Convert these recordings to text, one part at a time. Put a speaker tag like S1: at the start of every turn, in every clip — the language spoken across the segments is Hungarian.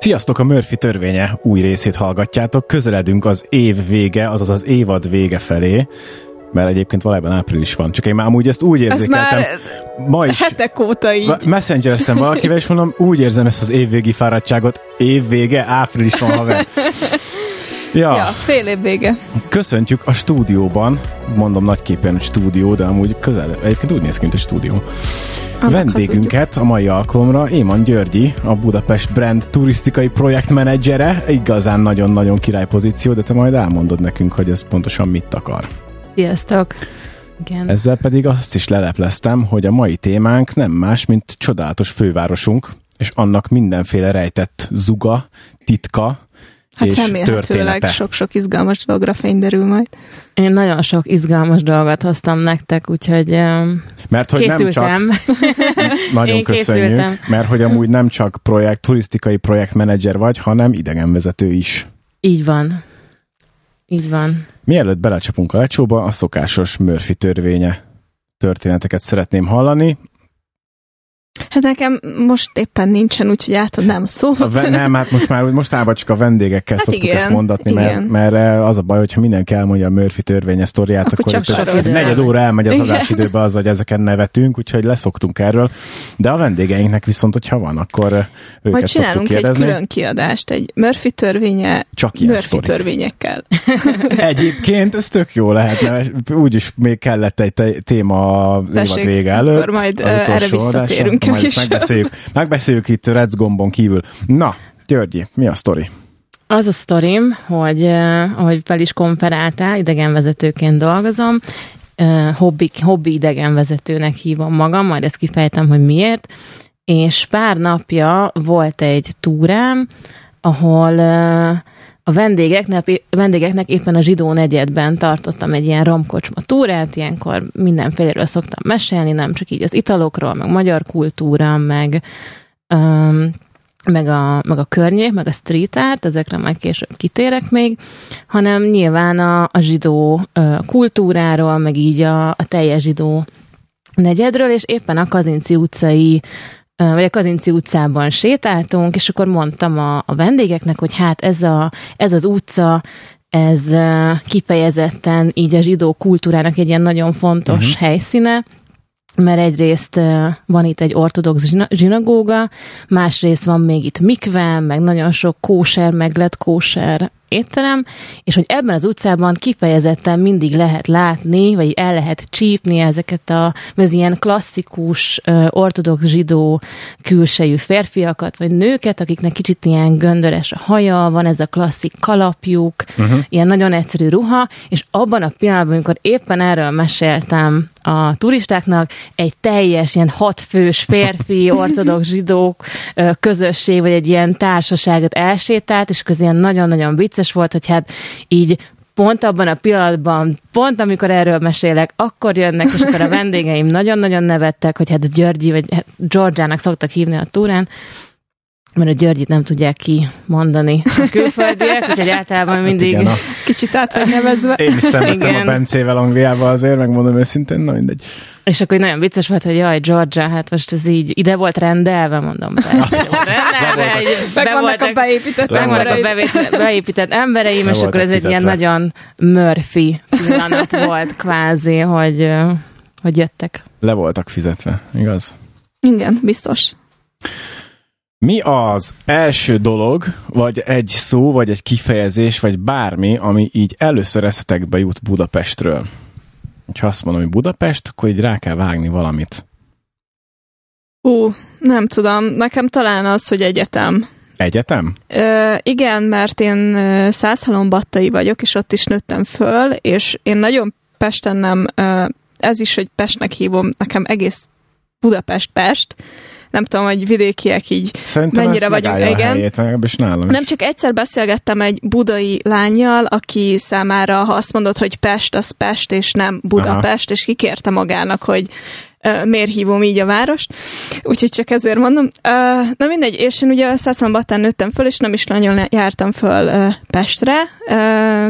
S1: Sziasztok, a Murphy törvénye új részét hallgatjátok. Közeledünk az év vége, azaz az évad vége felé, mert egyébként valójában április van. Csak én már amúgy ezt úgy érzékeltem. Ma is
S2: hetek óta így.
S1: Messengereztem valakivel, és mondom, úgy érzem ezt az évvégi fáradtságot. Évvége, április van, haver.
S2: Ja, fél év vége.
S1: Köszöntjük a stúdióban, mondom nagyképpen, hogy stúdió, de amúgy közel, egyébként úgy néz ki, mint a stúdió. Vendégünket a mai alkalomra Éman Györgyi, a Budapest Brand turisztikai projektmenedzsere. Igazán nagyon-nagyon király pozíció, de te majd elmondod nekünk, hogy ez pontosan mit akar.
S3: Sziasztok! Igen.
S1: Ezzel pedig azt is lelepleztem, hogy a mai témánk nem más, mint csodálatos fővárosunk, és annak mindenféle rejtett zuga, titka, és
S2: remélhetőleg sok-sok izgalmas dologra fény derül majd.
S3: Én nagyon sok izgalmas dolgot hoztam nektek, úgyhogy
S1: mert, hogy
S3: készültem.
S1: Nem csak, nagyon
S3: én
S1: köszönjük,
S3: készültem.
S1: Mert hogy amúgy nem csak turisztikai projektmenedzser vagy, hanem idegenvezető is.
S3: Így van. Így van.
S1: Mielőtt belecsapunk a lecsóba, a szokásos Murphy törvénye történeteket szeretném hallani.
S2: Hát nekem most éppen nincsen, úgyhogy átadnám a szót.
S1: Nem, hát mostában csak a vendégekkel szoktuk ezt mondatni, mert az a baj, hogyha mindenki elmondja a Murphy törvénye sztoriát, akkor negyed óra elmegy az adásidőbe az, hogy ezeken nevetünk, úgyhogy leszoktunk erről. De a vendégeinknek viszont, hogyha van, akkor őket szoktuk kérdezni.
S2: Egy külön kiadást, egy Murphy törvénye Murphy törvényekkel.
S1: Egyébként ez tök jó lehetne, úgyis még kellett egy téma az évad vége előtt.
S2: Akkor majd erre visszatérünk.
S1: Megbeszéljük itt Rec gombon kívül. Na, Györgyi, mi a sztori?
S3: Az a sztorim, hogy ahogy fel is konferáltál, idegenvezetőként dolgozom, hobbi idegenvezetőnek hívom magam, majd ezt kifejtem, hogy miért, és pár napja volt egy túrám, ahol a vendégeknek éppen a Zsidó negyedben tartottam egy ilyen romkocsma túrát, ilyenkor mindenféleről szoktam mesélni, nem csak így az italokról, meg magyar kultúra, meg a környék, meg a street art, ezekre majd később kitérek még, hanem nyilván a zsidó kultúráról, meg így a teljes zsidó negyedről, és éppen a Kazinczy utcában sétáltunk, és akkor mondtam a vendégeknek, hogy hát ez az utca, ez kifejezetten így a zsidó kultúrának egy ilyen nagyon fontos helyszíne, mert egyrészt van itt egy ortodox zsinagóga, másrészt van még itt mikve, meg nagyon sok kóser, meg lett kóser étterem, és hogy ebben az utcában kifejezetten mindig lehet látni, vagy el lehet csípni ezeket az ilyen klasszikus, ortodox zsidó külsejű férfiakat, vagy nőket, akiknek kicsit ilyen göndöres a haja, van ez a klasszik kalapjuk, ilyen nagyon egyszerű ruha, és abban a pillanatban, amikor éppen erről meséltem a turistáknak, egy teljes ilyen 6 fős férfi, ortodox zsidók közösség, vagy egy ilyen társaságot elsétált, és akkor ilyen nagyon-nagyon vicces volt, hogy hát így pont abban a pillanatban, pont amikor erről mesélek, akkor jönnek, és akkor a vendégeim nagyon-nagyon nevettek, hogy hát Györgyi, vagy hát Georgiának szoktak hívni a túrán, mert a Györgyit nem tudják kimondani a külföldiek, úgyhogy általában mindig...
S1: Hát igen,
S2: kicsit át vagy nevezve.
S1: Én is szenvedtem a Bencével Angliába azért, megmondom őszintén, na mindegy.
S3: És akkor nagyon vicces volt, hogy jaj, Georgia, hát most ez így ide volt rendelve, mondom.
S2: Megvannak
S3: a beépített embereim, és akkor ez egy ilyen nagyon Murphy pillanat volt kvázi, hogy jöttek.
S1: Le voltak fizetve, igaz?
S2: Igen, biztos.
S1: Mi az első dolog, vagy egy szó, vagy egy kifejezés, vagy bármi, ami így először eszetekbe jut Budapestről? Ha azt mondom, hogy Budapest, akkor így rá kell vágni valamit.
S2: Nem tudom. Nekem talán az, hogy egyetem.
S1: Egyetem?
S2: Igen, mert én Szászhalombattai vagyok, és ott is nőttem föl, és én nagyon Pesten nem, ez is, hogy Pestnek hívom, nekem egész Budapest. Nem tudom, hogy vidékiek így
S1: szerintem
S2: mennyire vagyunk. Igen.
S1: Helyét,
S2: nem csak egyszer beszélgettem egy budai lánnyal, aki számára, ha azt mondod, hogy Pest, az Pest, és nem Budapest, és kikérte magának, hogy miért hívom így a várost. Úgyhogy csak ezért mondom. Na mindegy, és én ugye Szászhalombattán nőttem föl, és nem is nagyon jártam föl Pestre.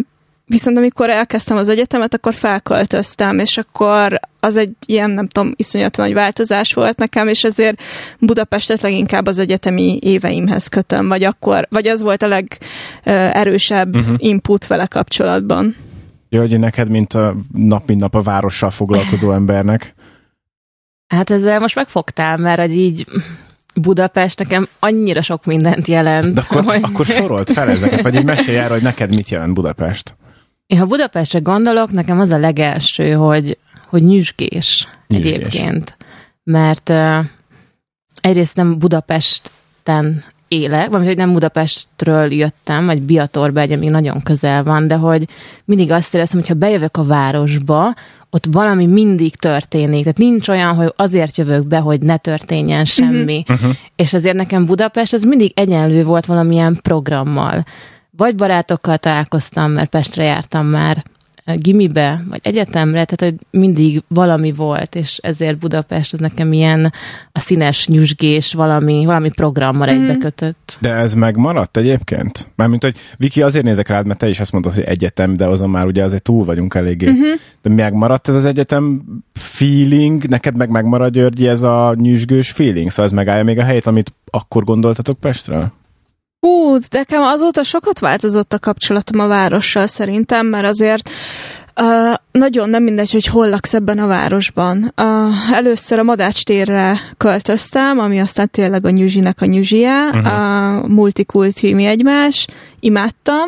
S2: Viszont amikor elkezdtem az egyetemet, akkor felköltöztem, és akkor az egy ilyen, nem tudom, iszonyatosan nagy változás volt nekem, és ezért Budapestet leginkább az egyetemi éveimhez kötöm, vagy az volt a legerősebb input vele kapcsolatban.
S1: Jó, hogy neked, mint a nap mint nap a várossal foglalkozó embernek.
S3: Hát ezzel most megfogtál, mert hogy így Budapest nekem annyira sok mindent jelent.
S1: De akkor sorolt fel ezeket, vagy így mesélj arra, hogy neked mit jelent Budapest?
S3: Én ha Budapestre gondolok, nekem az a legelső, hogy nyüzsgés egyébként. Mert egyrészt nem Budapesten élek, vagy hogy nem Budapestről jöttem, vagy Biatorba, ami nagyon közel van, de hogy mindig azt éreztem, hogy ha bejövök a városba, ott valami mindig történik. Tehát nincs olyan, hogy azért jövök be, hogy ne történjen semmi. És azért nekem Budapest, az mindig egyenlő volt valamilyen programmal. Vagy barátokkal találkoztam, mert Pestre jártam már gimibe, vagy egyetemre, tehát hogy mindig valami volt, és ezért Budapest az nekem ilyen a színes nyüzsgés, valami programmal egybekötött.
S1: De ez megmaradt egyébként? Mármint, hogy Viki, azért nézek rád, mert te is azt mondtad, hogy egyetem, de azon már ugye azért túl vagyunk eléggé. De megmaradt ez az egyetem feeling? Neked megmarad, Györgyi, ez a nyüzsgős feeling? Szóval ez megállja még a helyét, amit akkor gondoltatok Pestről?
S2: De nekem azóta sokat változott a kapcsolatom a várossal szerintem, mert azért nagyon nem mindegy, hogy hol laksz ebben a városban. Először a Madács térre költöztem, ami aztán tényleg a nyüzsinek a nyüzsie, a multikulti mi egymás, imádtam.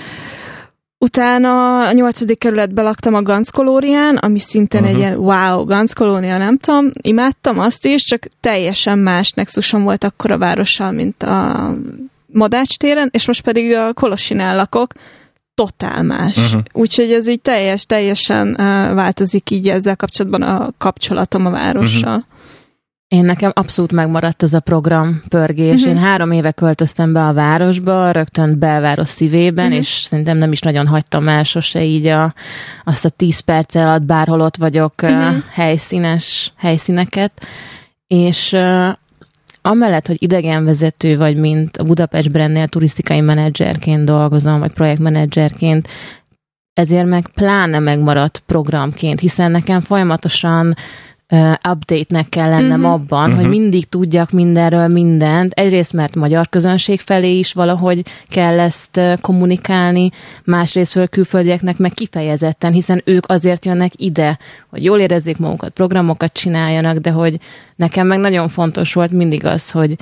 S2: Utána a 8. kerületben laktam a Ganzkolórián, ami szintén egy ilyen wow, Ganzkolória, nem tudom, imádtam azt is, csak teljesen más nexusom volt akkor a várossal, mint a Madács téren, és most pedig a Kolossinál lakok, totál más. Úgyhogy ez így teljesen változik így ezzel kapcsolatban a kapcsolatom a várossal.
S3: Én nekem abszolút megmaradt ez a program pörgés. Én 3 éve költöztem be a városba, rögtön belváros szívében, és szerintem nem is nagyon hagytam el sose így azt a 10 perc alatt bárhol ott vagyok helyszíneket. És amellett, hogy idegenvezető vagy, mint a Budapest Brandnél turisztikai menedzserként dolgozom, vagy projektmenedzserként, ezért meg pláne megmaradt programként, hiszen nekem folyamatosan update-nek kell lennem abban, hogy mindig tudjak mindenről mindent. Egyrészt, mert magyar közönség felé is valahogy kell ezt kommunikálni, másrésztről külföldieknek meg kifejezetten, hiszen ők azért jönnek ide, hogy jól érezzék magukat, programokat csináljanak, de hogy nekem meg nagyon fontos volt mindig az, hogy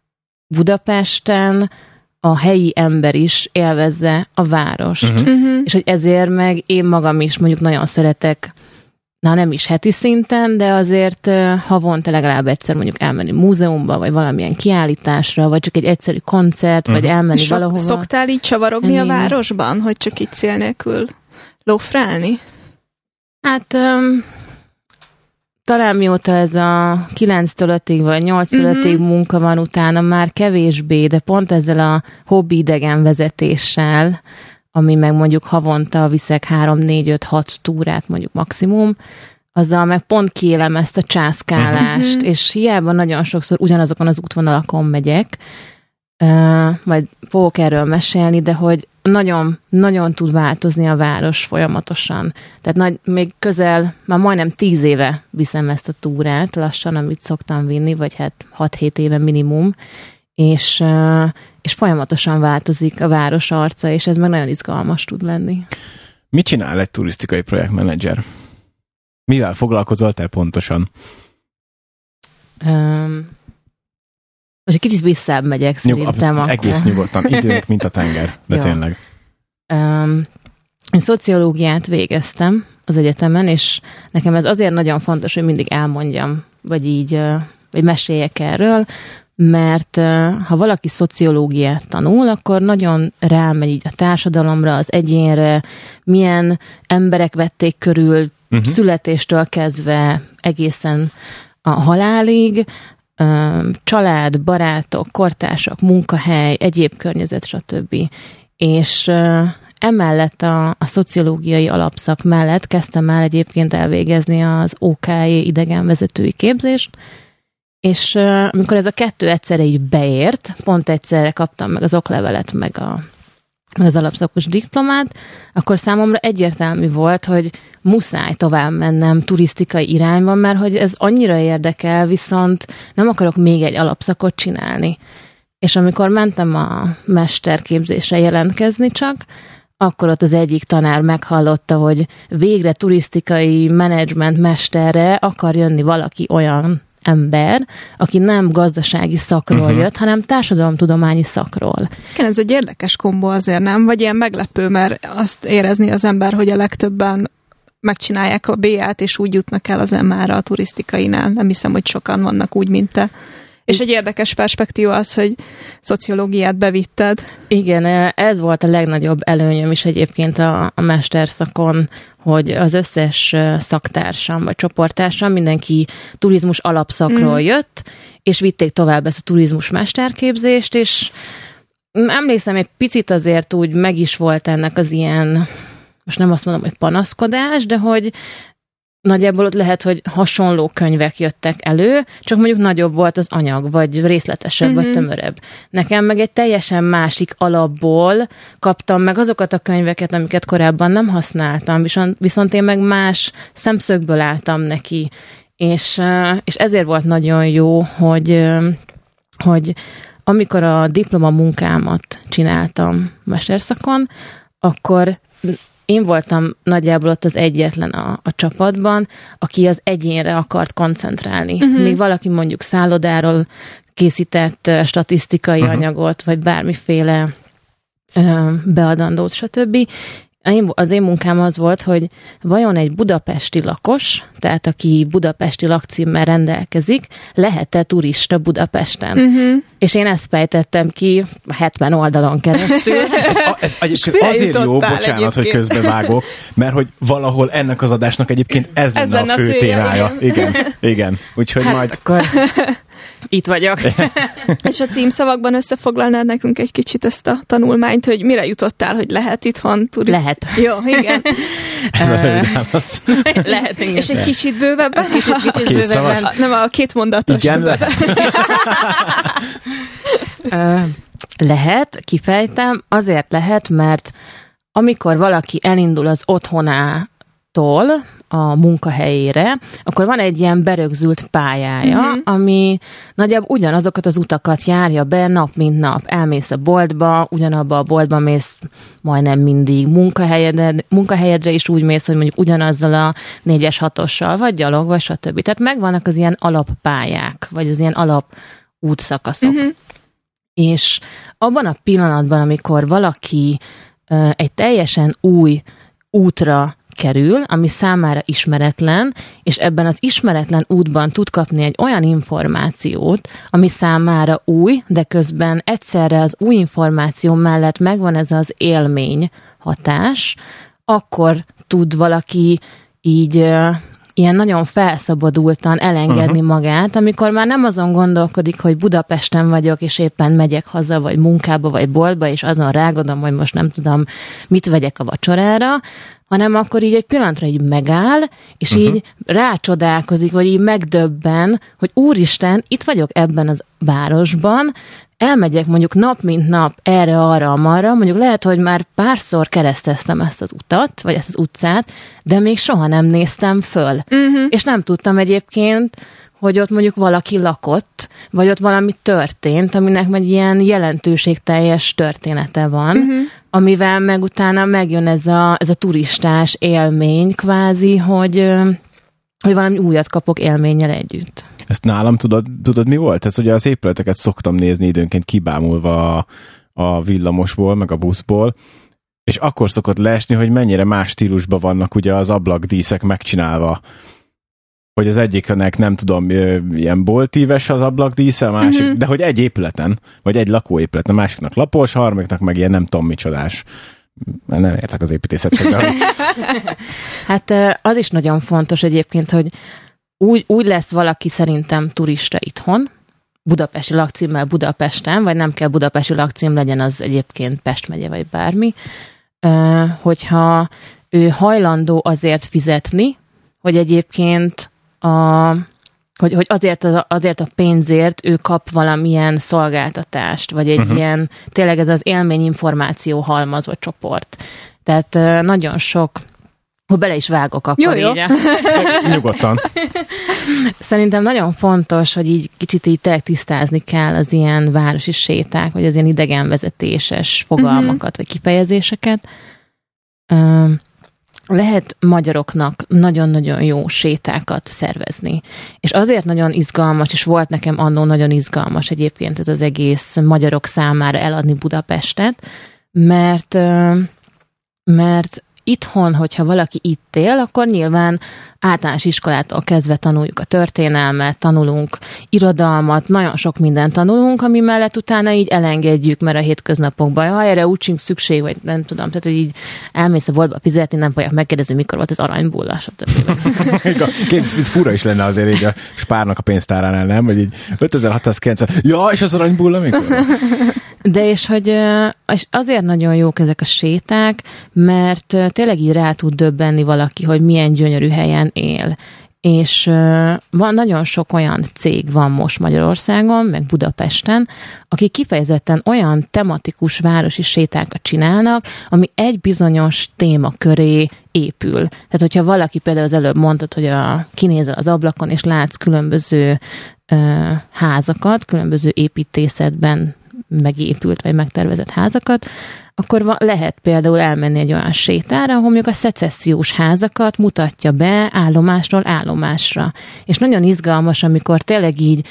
S3: Budapesten a helyi ember is élvezze a várost. És hogy ezért meg én magam is mondjuk nagyon szeretek, nem is heti szinten, de azért havonta legalább egyszer mondjuk elmenni múzeumba, vagy valamilyen kiállításra, vagy csak egy egyszerű koncert, vagy elmenni valahova.
S2: Szoktál így csavarogni a városban, hogy csak így cél nélkül lófrálni?
S3: Hát talán mióta ez a 9-től 5-ig, vagy 8-től 5-ig munka van, utána már kevésbé, de pont ezzel a hobbi idegenvezetéssel, ami meg mondjuk havonta viszek 3-4-5-6 túrát mondjuk maximum, azzal meg pont kiélem ezt a császkálást, és hiába nagyon sokszor ugyanazokon az útvonalakon megyek, majd fogok erről mesélni, de hogy nagyon, nagyon tud változni a város folyamatosan. Tehát még már majdnem 10 éve viszem ezt a túrát lassan, amit szoktam vinni, vagy hát 6-7 éve minimum, és folyamatosan változik a város arca, és ez meg nagyon izgalmas tud lenni.
S1: Mit csinál egy turisztikai projektmenedzser? Mivel foglalkozol te pontosan?
S3: Most egy kicsit visszább megyek szerintem.
S1: Egész nyugodtan. Időnk, mint a tenger. De tényleg.
S3: Én szociológiát végeztem az egyetemen, és nekem ez azért nagyon fontos, hogy mindig elmondjam, vagy meséljek erről, mert ha valaki szociológiát tanul, akkor nagyon rámegy így a társadalomra, az egyénre, milyen emberek vették körül születéstől kezdve egészen a halálig, család, barátok, kortársak, munkahely, egyéb környezet, stb. És emellett a szociológiai alapszak mellett kezdtem el egyébként elvégezni az OKJ idegenvezetői képzést, és amikor ez a 2 egyszerre így beért, pont egyszerre kaptam meg az oklevelet, meg meg az alapszakos diplomát, akkor számomra egyértelmű volt, hogy muszáj tovább mennem turisztikai irányban, mert hogy ez annyira érdekel, viszont nem akarok még egy alapszakot csinálni. És amikor mentem a mesterképzésre jelentkezni csak, akkor ott az egyik tanár meghallotta, hogy végre turisztikai menedzsment mesterre akar jönni valaki olyan ember, aki nem gazdasági szakról jött, hanem társadalomtudományi szakról.
S2: Igen, ez egy érdekes kombó azért, nem? Vagy ilyen meglepő, mert azt érezni az ember, hogy a legtöbben megcsinálják a BA-t, és úgy jutnak el az MA-ra a turisztikainál. Nem hiszem, hogy sokan vannak úgy, mint te. És egy érdekes perspektíva az, hogy szociológiát bevitted.
S3: Igen, ez volt a legnagyobb előnyöm is egyébként a mesterszakon, hogy az összes szaktársam vagy csoporttársam, mindenki turizmus alapszakról jött, és vitték tovább ezt a turizmus mesterképzést, és emlékszem, egy picit azért úgy meg is volt ennek az ilyen, most nem azt mondom, hogy panaszkodás, de hogy nagyjából ott lehet, hogy hasonló könyvek jöttek elő, csak mondjuk nagyobb volt az anyag, vagy részletesebb, vagy tömörebb. Nekem meg egy teljesen másik alapból kaptam meg azokat a könyveket, amiket korábban nem használtam, viszont én meg más szemszögből álltam neki. És ezért volt nagyon jó, hogy amikor a diplomamunkámat csináltam mesterszakon, akkor én voltam nagyjából ott az egyetlen a csapatban, aki az egyénre akart koncentrálni. Még valaki mondjuk szállodáról készített statisztikai anyagot, vagy bármiféle beadandót, stb. Az én munkám az volt, hogy vajon egy budapesti lakos, tehát aki budapesti lakcímmel rendelkezik, lehet-e turista Budapesten? És én ezt fejtettem ki 70 oldalon keresztül.
S1: Ez azért jó, bocsánat, hogy közbevágok, mert hogy valahol ennek az adásnak egyébként ez lenne a fő témája. Igen. Úgyhogy
S3: hát
S1: majd...
S3: Akkor itt vagyok.
S2: És a címszavakban összefoglalnád nekünk egy kicsit ezt a tanulmányt, hogy mire jutottál, hogy lehet itthon turista?
S3: Lehet.
S2: Jó, igen.
S1: Ez a rövid válasz.
S3: Lehet, igen.
S2: És egy kicsit bővebben?
S3: Kicsit bővebben.
S2: Nem, a 2 mondatos.
S1: Igen,
S3: lehet, kifejtem, azért lehet, mert amikor valaki elindul az otthonától a munkahelyére, akkor van egy ilyen berögzült pályája, ami nagyjából ugyanazokat az utakat járja be nap, mint nap. Elmész a boltba, ugyanabba a boltba mész majdnem mindig munkahelyedre is úgy mész, hogy mondjuk ugyanazzal a 4-es 6-ossal, vagy gyalog, vagy stb. Tehát megvannak az ilyen alappályák, vagy az ilyen alap útszakaszok. És abban a pillanatban, amikor valaki egy teljesen új útra kerül, ami számára ismeretlen, és ebben az ismeretlen útban tud kapni egy olyan információt, ami számára új, de közben egyszerre az új információ mellett megvan ez az élmény hatás, akkor tud valaki így ilyen nagyon felszabadultan elengedni magát, amikor már nem azon gondolkodik, hogy Budapesten vagyok, és éppen megyek haza, vagy munkába, vagy boltba, és azon rágadom, hogy most nem tudom, mit vegyek a vacsorára, hanem akkor így egy pillanatra így megáll, és így rácsodálkozik, vagy így megdöbben, hogy úristen, itt vagyok ebben az városban, elmegyek mondjuk nap mint nap erre-arra, amarra, mondjuk lehet, hogy már párszor kereszteztem ezt az utat, vagy ezt az utcát, de még soha nem néztem föl. És nem tudtam egyébként, hogy ott mondjuk valaki lakott, vagy ott valami történt, aminek meg ilyen jelentőségteljes története van, amivel meg utána megjön ez a turistás élmény kvázi, hogy valami újat kapok élménnyel együtt.
S1: Ezt nálam tudod mi volt? Ez ugye az épületeket szoktam nézni időnként kibámulva a villamosból, meg a buszból, és akkor szokott leesni, hogy mennyire más stílusban vannak ugye az ablakdíszek megcsinálva. Hogy az egyiknek nem tudom, ilyen boltíves az ablakdísze, a másik, de hogy egy épületen, vagy egy lakóépületen, a másiknak lapos, a harmadiknak meg ilyen nem tudom micsodás. Nem értek az építészethez.
S3: Hát az is nagyon fontos egyébként, hogy úgy lesz valaki szerintem turista itthon, budapesti lakcímmel Budapesten, vagy nem kell budapesti lakcím legyen, az egyébként Pest megye, vagy bármi, hogyha ő hajlandó azért fizetni, hogy egyébként hogy azért a pénzért ő kap valamilyen szolgáltatást, vagy egy ilyen, tényleg ez az élményinformáció halmaz vagy csoport. Tehát nagyon sok, hogy bele is vágok akkor
S2: jó.
S3: így.
S1: Nyugodtan.
S3: Szerintem nagyon fontos, hogy így kicsit így tényleg tisztázni kell az ilyen városi séták, vagy az ilyen idegenvezetéses fogalmakat, vagy kifejezéseket. Lehet magyaroknak nagyon-nagyon jó sétákat szervezni. És azért nagyon izgalmas, és volt nekem annó nagyon izgalmas egyébként ez az egész magyarok számára eladni Budapestet, mert itthon, hogyha valaki itt él, akkor nyilván általános iskolától kezdve tanuljuk a történelmet, tanulunk irodalmat, nagyon sok mindent tanulunk, ami mellett utána így elengedjük, mert a hétköznapokban, ha erre úgy sincs szükség, vagy nem tudom, tehát, hogy így elmész a boltba fizetni, nem fogják megkérdezni, mikor volt az aranybulla, stb.
S1: Ez fura is lenne azért így a Spárnak a pénztáránál, nem? Vagy így 5690, ja, és az aranybulla mikor?
S3: De és azért nagyon jók ezek a séták, mert tényleg így rá tud döbbenni valaki, hogy milyen gyönyörű helyen él. És van nagyon sok olyan cég van most Magyarországon, meg Budapesten, akik kifejezetten olyan tematikus városi sétákat csinálnak, ami egy bizonyos téma köré épül. Tehát, hogyha valaki például az előbb mondtad, hogy kinézel az ablakon, és látsz különböző házakat, különböző építészetben megépült vagy megtervezett házakat, akkor lehet például elmenni egy olyan sétára, ahol mondjuk a szecessziós házakat mutatja be állomásról állomásra. És nagyon izgalmas, amikor tényleg így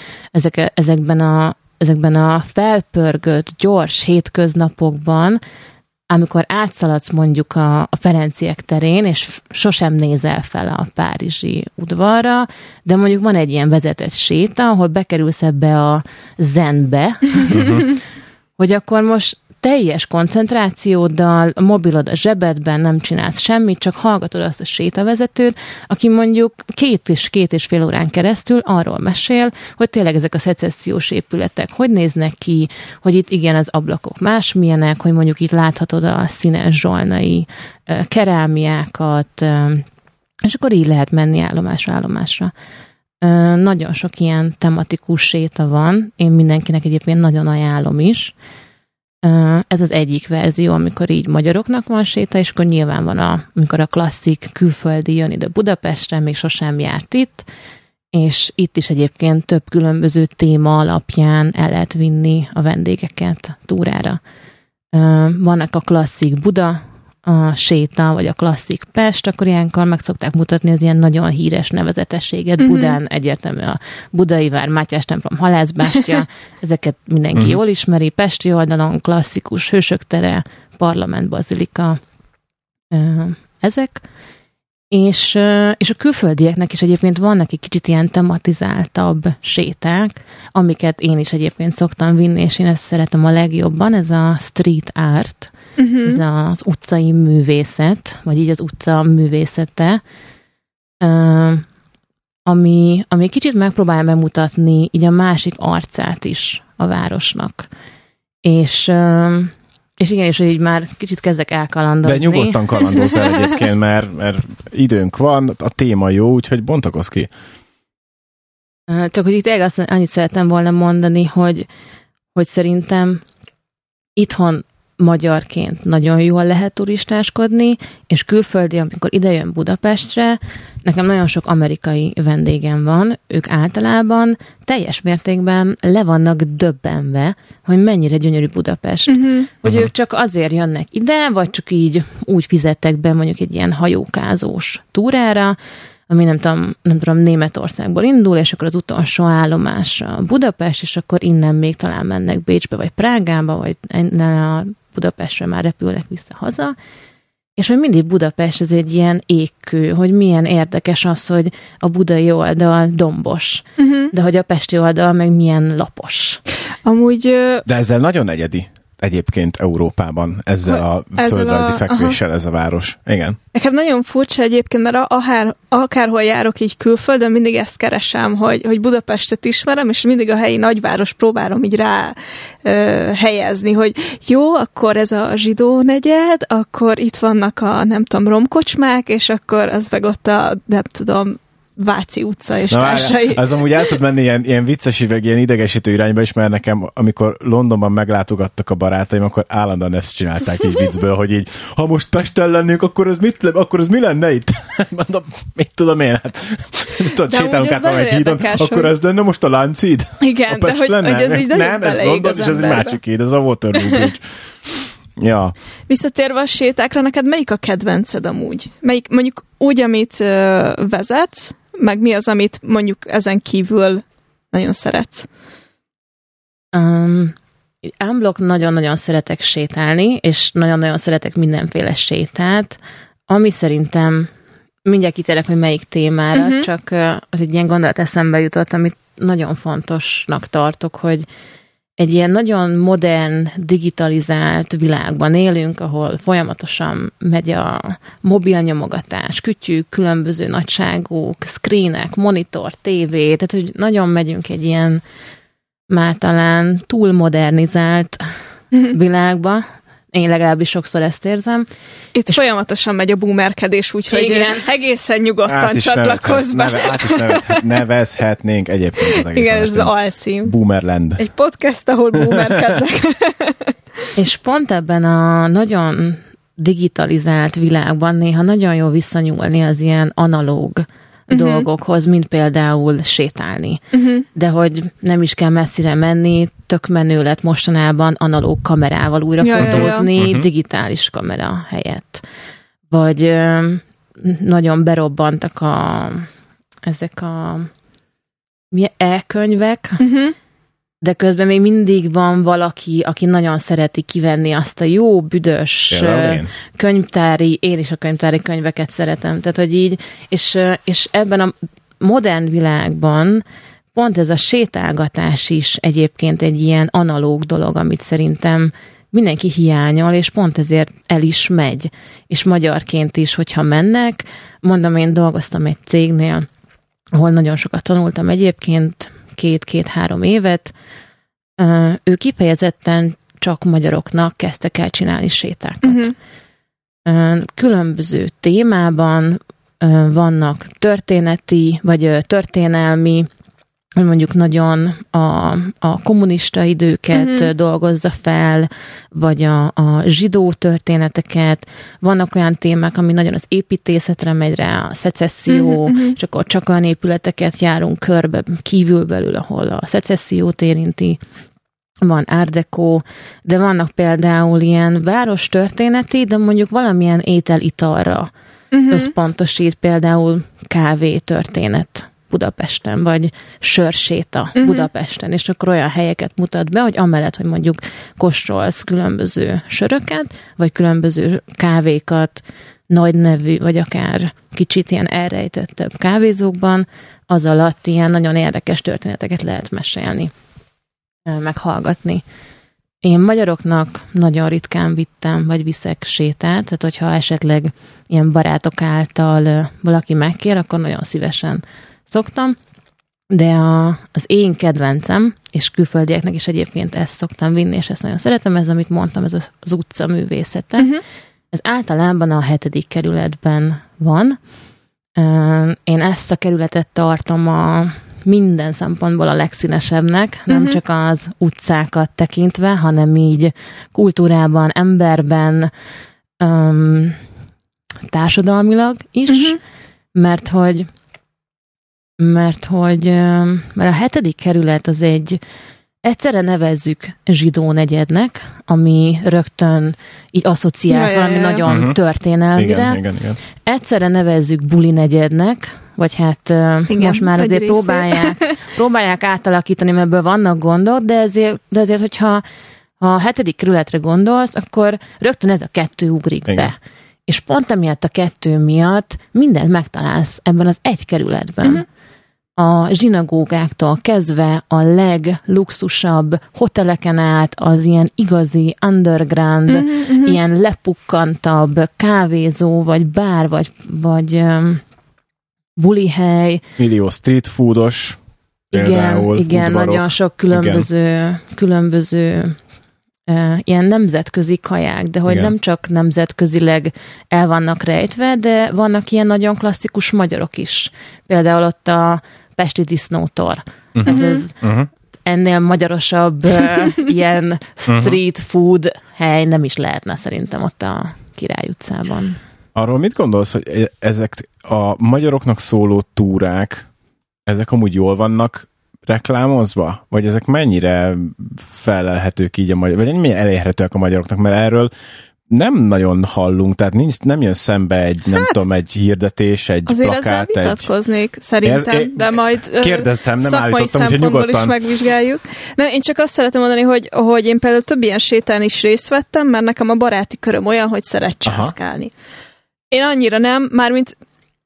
S3: ezekben a felpörgött, gyors hétköznapokban, amikor átszaladsz mondjuk a Ferenciek terén, és sosem nézel fel a párizsi udvarra, de mondjuk van egy ilyen vezetett séta, ahol bekerülsz ebbe a zenbe, hogy akkor most teljes koncentrációddal, a mobilod a zsebedben, nem csinálsz semmit, csak hallgatod azt a sétavezetőt, aki mondjuk két és fél órán keresztül arról mesél, hogy tényleg ezek a szecessziós épületek hogy néznek ki, hogy itt igen, az ablakok másmilyenek, hogy mondjuk itt láthatod a színes zsolnai kerámiákat, és akkor így lehet menni állomásra. Nagyon sok ilyen tematikus séta van, én mindenkinek egyébként nagyon ajánlom is. Ez az egyik verzió, amikor így magyaroknak van séta, és akkor nyilván van amikor a klasszik külföldi jön ide Budapestre, még sosem járt itt, és itt is egyébként több különböző téma alapján el lehet vinni a vendégeket túrára. Vannak a klasszik Buda, a séta, vagy a klasszik Pest, akkor ilyenkor meg szokták mutatni az ilyen nagyon híres nevezetességet. Budán egyértelmű a Budai vár, Mátyás templom, Halászbástya, ezeket mindenki jól ismeri. Pesti oldalon klasszikus Hősök tere, Parlament bazilika, ezek. És a külföldieknek is egyébként vannak egy kicsit ilyen tematizáltabb séták, amiket én is egyébként szoktam vinni, és én ezt szeretem a legjobban, ez a street art, ez az utcai művészet, vagy így az utca művészete, ami kicsit megpróbálja bemutatni így a másik arcát is a városnak. És igen, és így már kicsit kezdek elkalandozni.
S1: De nyugodtan kalandozz el egyébként, mert időnk van, a téma jó, úgyhogy bontakozz ki.
S3: Csak hogy itt annyit szerettem volna mondani, hogy szerintem itthon magyarként nagyon jól lehet turistáskodni, és külföldi, amikor idejön Budapestre, nekem nagyon sok amerikai vendégem van, ők általában teljes mértékben le vannak döbbenve, hogy mennyire gyönyörű Budapest. Hogy ők csak azért jönnek ide, vagy csak így úgy fizettek be mondjuk egy ilyen hajókázós túrára, ami nem tudom, Németországból indul, és akkor az utolsó állomás Budapest, és akkor innen még talán mennek Bécsbe, vagy Prágába, vagy a Budapestre már repülnek vissza haza, és hogy mindig Budapest ez egy ilyen égkő, hogy milyen érdekes az, hogy a budai oldal dombos, de hogy a pesti oldal meg milyen lapos.
S2: Amúgy...
S1: De ezzel nagyon egyedi egyébként Európában, ezzel a földrajzi fekvéssel ez a város. Igen.
S2: Nekem nagyon furcsa egyébként, mert akárhol járok így külföldön, mindig ezt keresem, hogy Budapestet ismerem, és mindig a helyi nagyváros próbálom így rá helyezni, hogy jó, akkor ez a zsidó negyed, akkor itt vannak a, nem tudom, romkocsmák, és akkor az meg ott a, nem tudom, Váci utca és társai.
S1: Az amúgy el tud menni ilyen vicces üveg, ilyen idegesítő irányba is, mert nekem, amikor Londonban meglátogattak a barátaim, akkor állandóan ezt csinálták így viccből, hogy így, ha most Pesten lennénk, akkor ez mi lenne itt? Mondom, mit tudom én, hát sétálunk át a hídon, akkor ez lenne most a Lánchíd?
S2: Igen, de hogy ez így
S1: nem, ez London, és ez egy másik híd, ez a Waterloo Bridge. Ja.
S2: Visszatérve a sétákra, neked melyik a kedvenced amúgy? Melyik mondjuk úgy, amit vezetsz, meg mi az, amit mondjuk ezen kívül nagyon szeretsz?
S3: Unblock nagyon-nagyon szeretek sétálni, és nagyon-nagyon szeretek mindenféle sétát, ami szerintem, mindjárt kitérek, hogy melyik témára, csak az egy ilyen gondolat eszembe jutott, amit nagyon fontosnak tartok, hogy egy ilyen nagyon modern, digitalizált világban élünk, ahol folyamatosan megy a mobilnyomogatás, kütyük, különböző nagyságú screenek, monitor, tévé, tehát hogy nagyon megyünk egy ilyen már talán túl modernizált világba. Én legalábbis sokszor ezt érzem.
S2: Itt folyamatosan megy a boomerkedés, úgyhogy egészen nyugodtan csatlakozz be.
S1: Át is nevezhetnénk egyébként az egész.
S2: Igen, ez az alcím.
S1: Boomerland.
S2: Egy podcast, ahol boomerkednek.
S3: És pont ebben a nagyon digitalizált világban néha nagyon jó visszanyúlni az ilyen analóg dolgokhoz, mint például sétálni. De hogy nem is kell messzire menni, tök menő lett mostanában analóg kamerával újra fotózni, digitális kamera helyett. Vagy nagyon berobbantak ezek a e-könyvek, de közben még mindig van valaki, aki nagyon szereti kivenni azt a jó, büdös könyvtári, én is a könyvtári könyveket szeretem. Tehát, hogy így, és ebben a modern világban pont ez a sétálgatás is egyébként egy ilyen analóg dolog, amit szerintem mindenki hiányol, és pont ezért el is megy. És magyarként is, hogyha mennek, mondom, én dolgoztam egy cégnél, ahol nagyon sokat tanultam egyébként, 2-3 évet, ő kifejezetten csak magyaroknak kezdtek el csinálni sétákat. Különböző témában vannak történeti, vagy történelmi, mondjuk nagyon a kommunista időket dolgozza fel, vagy a zsidó történeteket. Vannak olyan témák, ami nagyon az építészetre megy rá, a szecesszió, és akkor csak olyan épületeket járunk körbe kívülbelül, ahol a szecessziót érinti. Van Art Deco, de vannak például ilyen várostörténeti, de mondjuk valamilyen étel-italra összpontosít, például kávé történet Budapesten, vagy sörséta Budapesten, és akkor olyan helyeket mutat be, hogy amellett, hogy mondjuk kóstolsz különböző söröket, vagy különböző kávékat, nagy nevű, vagy akár kicsit ilyen elrejtettebb kávézókban, az alatt ilyen nagyon érdekes történeteket lehet mesélni, meghallgatni. Én magyaroknak nagyon ritkán vittem, vagy viszek sétát, tehát hogyha esetleg ilyen barátok által valaki megkér, akkor nagyon szívesen szoktam, de az én kedvencem, és külföldieknek is egyébként ezt szoktam vinni, és ezt nagyon szeretem, ez, amit mondtam, ez az utca művészete. Ez általában a 7. kerületben van. Én ezt a kerületet tartom minden szempontból a legszínesebbnek, nem csak az utcákat tekintve, hanem így kultúrában, emberben, társadalmilag is, mert a 7. kerület az egyszerre nevezzük zsidó negyednek, ami rögtön így asszociál valami nagyon történelmire.
S1: Igen.
S3: Egyszerre nevezzük buli negyednek, vagy hát most már azért próbálják átalakítani, mert ebből vannak gondok, de azért, hogyha a 7. kerületre gondolsz, akkor rögtön ez a 2 ugrik be. És pont emiatt a 2 miatt mindent megtalálsz ebben az egy kerületben. A zsinagógáktól kezdve a legluxusabb hoteleken át az ilyen igazi underground, ilyen lepukkantabb kávézó, vagy bár, vagy bulihely.
S1: Millió street foodos például.
S3: Igen, nagyon sok különböző ilyen nemzetközi kaják, de hogy igen. Nem csak nemzetközileg el vannak rejtve, de vannak ilyen nagyon klasszikus magyarok is. Például ott a pesti disznótor. Ez ennél magyarosabb ilyen street food hely nem is lehetne szerintem ott a Király utcában.
S1: Arról mit gondolsz, hogy ezek a magyaroknak szóló túrák, ezek amúgy jól vannak reklámozva? Vagy ezek mennyire felelhetők így a magyar, vagy mennyire elérhetőek a magyaroknak? Mert erről nem nagyon hallunk, tehát nem jön szembe egy hirdetés, egy
S2: azért
S1: plakát.
S2: Azért ezzel vitatkoznék szerintem, de majd
S1: kérdeztem, nem állítottam,
S2: hogy nyugodtan is megvizsgáljuk. Nem, én csak azt szeretem mondani, hogy én például több ilyen sétán is részt vettem, mert nekem a baráti köröm olyan, hogy szeret császkálni. Én annyira nem, mármint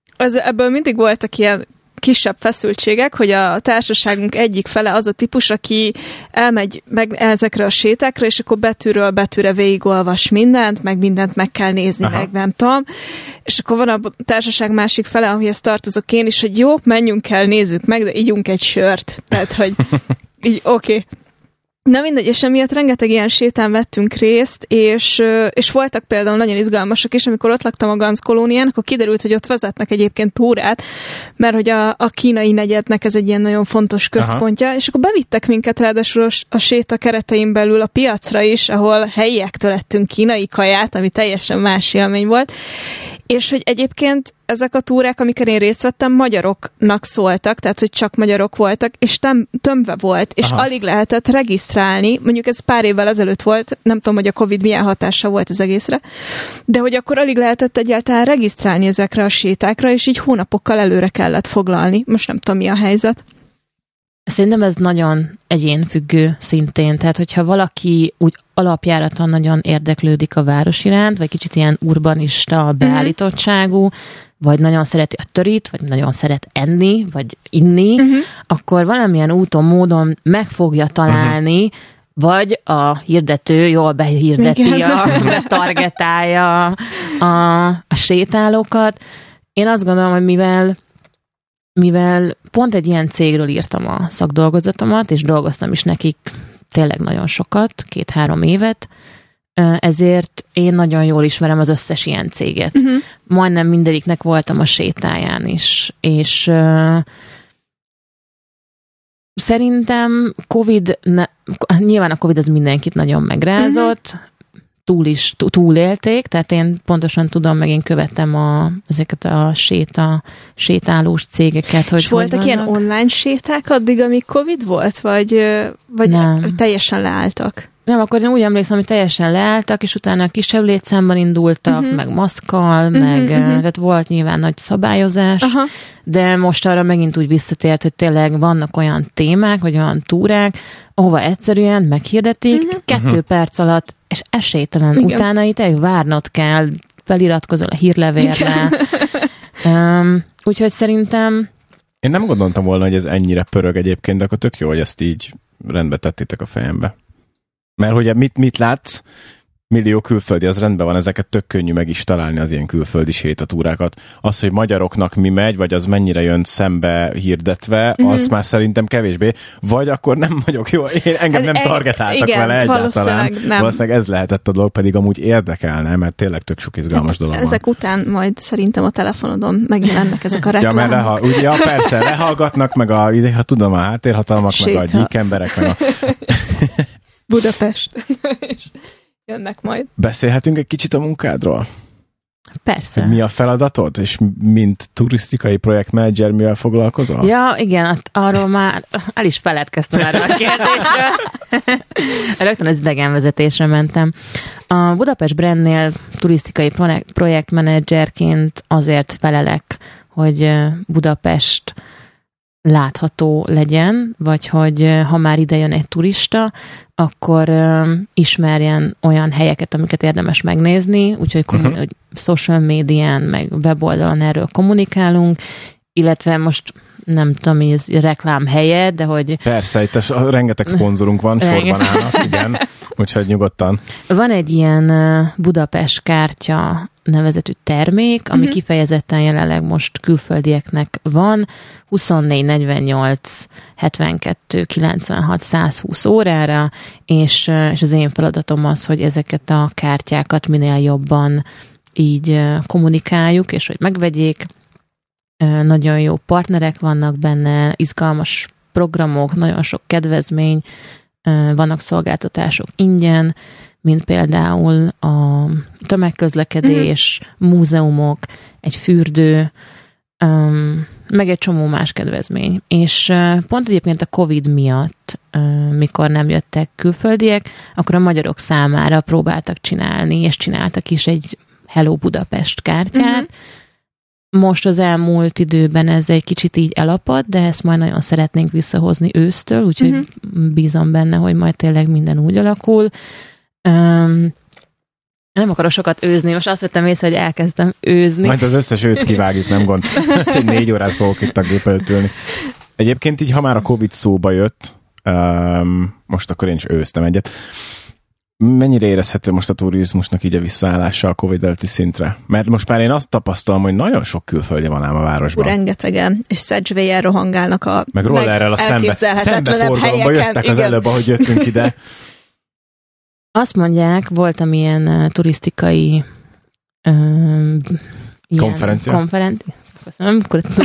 S2: ebből mindig voltak ilyen kisebb feszültségek, hogy a társaságunk egyik fele az a típus, aki elmegy meg ezekre a sétákra, és akkor betűről betűre végigolvas mindent, meg mindent meg kell nézni, meg nem tudom. És akkor van a társaság másik fele, amihez tartozok én is, hogy jó, menjünk el, nézzük meg, de ígyunk egy sört. Tehát, hogy így oké. Na mindegy, és emiatt rengeteg ilyen sétán vettünk részt, és voltak például nagyon izgalmasak is, amikor ott laktam a Ganz kolónián, akkor kiderült, hogy ott vezetnek egyébként túrát, mert hogy a kínai negyednek ez egy ilyen nagyon fontos központja, és akkor bevittek minket ráadásul a séta keretein belül a piacra is, ahol helyiektől ettünk kínai kaját, ami teljesen más élmény volt, és hogy egyébként ezek a túrák, amikor én részt vettem, magyaroknak szóltak, tehát hogy csak magyarok voltak, és tömve volt, és alig lehetett regisztrálni, mondjuk ez pár évvel ezelőtt volt, nem tudom, hogy a Covid milyen hatása volt az egészre, de hogy akkor alig lehetett egyáltalán regisztrálni ezekre a sétákra, és így hónapokkal előre kellett foglalni. Most nem tudom, mi a helyzet.
S3: Szerintem ez nagyon egyénfüggő szintén, tehát hogyha valaki úgy alapjáraton nagyon érdeklődik a város iránt, vagy kicsit ilyen urbanista beállítottságú, vagy nagyon szereti a törit, vagy nagyon szeret enni, vagy inni, akkor valamilyen úton, módon meg fogja találni, vagy a hirdető jól behirdeti, betargetálja a sétálókat. Én azt gondolom, hogy mivel pont egy ilyen cégről írtam a szakdolgozatomat, és dolgoztam is nekik tényleg nagyon sokat, 2-3 évet, ezért én nagyon jól ismerem az összes ilyen céget. Majdnem mindegyiknek voltam a sétáján is, és szerintem nyilván a Covid az mindenkit nagyon megrázott, túlélték, tehát én pontosan tudom, meg én követtem ezeket a sétálós cégeket.
S2: És voltak ilyen online séták addig, amíg Covid volt? Vagy teljesen leálltak?
S3: Nem, akkor én úgy emlékszem, hogy teljesen leálltak, és utána kisebb létszámban indultak, meg maszkkal, tehát volt nyilván nagy szabályozás, de most arra megint úgy visszatért, hogy tényleg vannak olyan témák, vagy olyan túrák, ahova egyszerűen meghirdetik, 2 perc alatt, és esélytelen. Utána itt várnod kell, feliratkozol a hírlevélre. Úgyhogy szerintem...
S1: Én nem gondoltam volna, hogy ez ennyire pörög egyébként, de akkor tök jó, hogy ezt így rendbe tettétek a fejembe. Mert hogy mit látsz, millió külföldi, az rendben van, ezeket tök könnyű meg is találni, az ilyen külföldi sétatúrákat. Az, hogy magyaroknak mi megy, vagy az mennyire jön szembe hirdetve, az már szerintem kevésbé. Vagy akkor nem vagyok jó, engem nem targetáltak vele egyáltalán. Valószínűleg ez lehetett a dolog, pedig amúgy érdekelne, mert tényleg tök sok izgalmas dolog van.
S2: Ezek után majd szerintem a telefonodon megjelennek ezek a reklámok.
S1: Persze, lehallgatnak, meg tudom, a háttérhatalmak, meg a gyík emberek, meg a...
S2: Budapest. Jönnek majd.
S1: Beszélhetünk egy kicsit a munkádról?
S3: Persze.
S1: Mi a feladatod? És mint turisztikai projektmenedzser mivel foglalkozol?
S3: Ja, igen, arról már el is feledkeztem erről a kérdésről. Rögtön az idegenvezetésre mentem. A Budapest Brandnél turisztikai projektmenedzserként azért felelek, hogy Budapest látható legyen, vagy hogy ha már ide jön egy turista, akkor ismerjen olyan helyeket, amiket érdemes megnézni, úgyhogy hogy social médián, meg weboldalon erről kommunikálunk, illetve most nem tudom, hogy ez reklám-helye, de hogy...
S1: Persze, itt rengeteg szponzorunk van, sorban állnak, igen, úgyhogy nyugodtan.
S3: Van egy ilyen Budapest kártya nevezetű termék, ami kifejezetten jelenleg most külföldieknek van, 24, 48, 72, 96, 120 órára, és az én feladatom az, hogy ezeket a kártyákat minél jobban így kommunikáljuk, és hogy megvegyék. Nagyon jó partnerek vannak benne, izgalmas programok, nagyon sok kedvezmény, vannak szolgáltatások ingyen, mint például a tömegközlekedés, múzeumok, egy fürdő, meg egy csomó más kedvezmény. És pont egyébként a Covid miatt, mikor nem jöttek külföldiek, akkor a magyarok számára próbáltak csinálni, és csináltak is egy Hello Budapest kártyát. Most az elmúlt időben ez egy kicsit így elapadt, de ezt majd nagyon szeretnénk visszahozni ősztől, úgyhogy bízom benne, hogy majd tényleg minden úgy alakul. Nem akarok sokat őzni, most azt vettem észre, hogy elkezdtem őzni.
S1: Majd az összes őt kivágjuk, nem gond. Egy 4 órát fogok itt a gép előtt ülni. Egyébként így, ha már a Covid szóba jött, most akkor én is őztem egyet. Mennyire érezhető most a turizmusnak így a visszaállása a Covid előtti szintre? Mert most már én azt tapasztalom, hogy nagyon sok külföldi van ám a városban.
S2: Rengetegen, és Szegvélyel rohangálnak a
S1: meg rollerrel a szembeforgalomba jöttek az előbb, ahogy jöttünk ide.
S3: Azt mondják, voltam ilyen turisztikai
S1: konferencia.
S3: Köszönöm,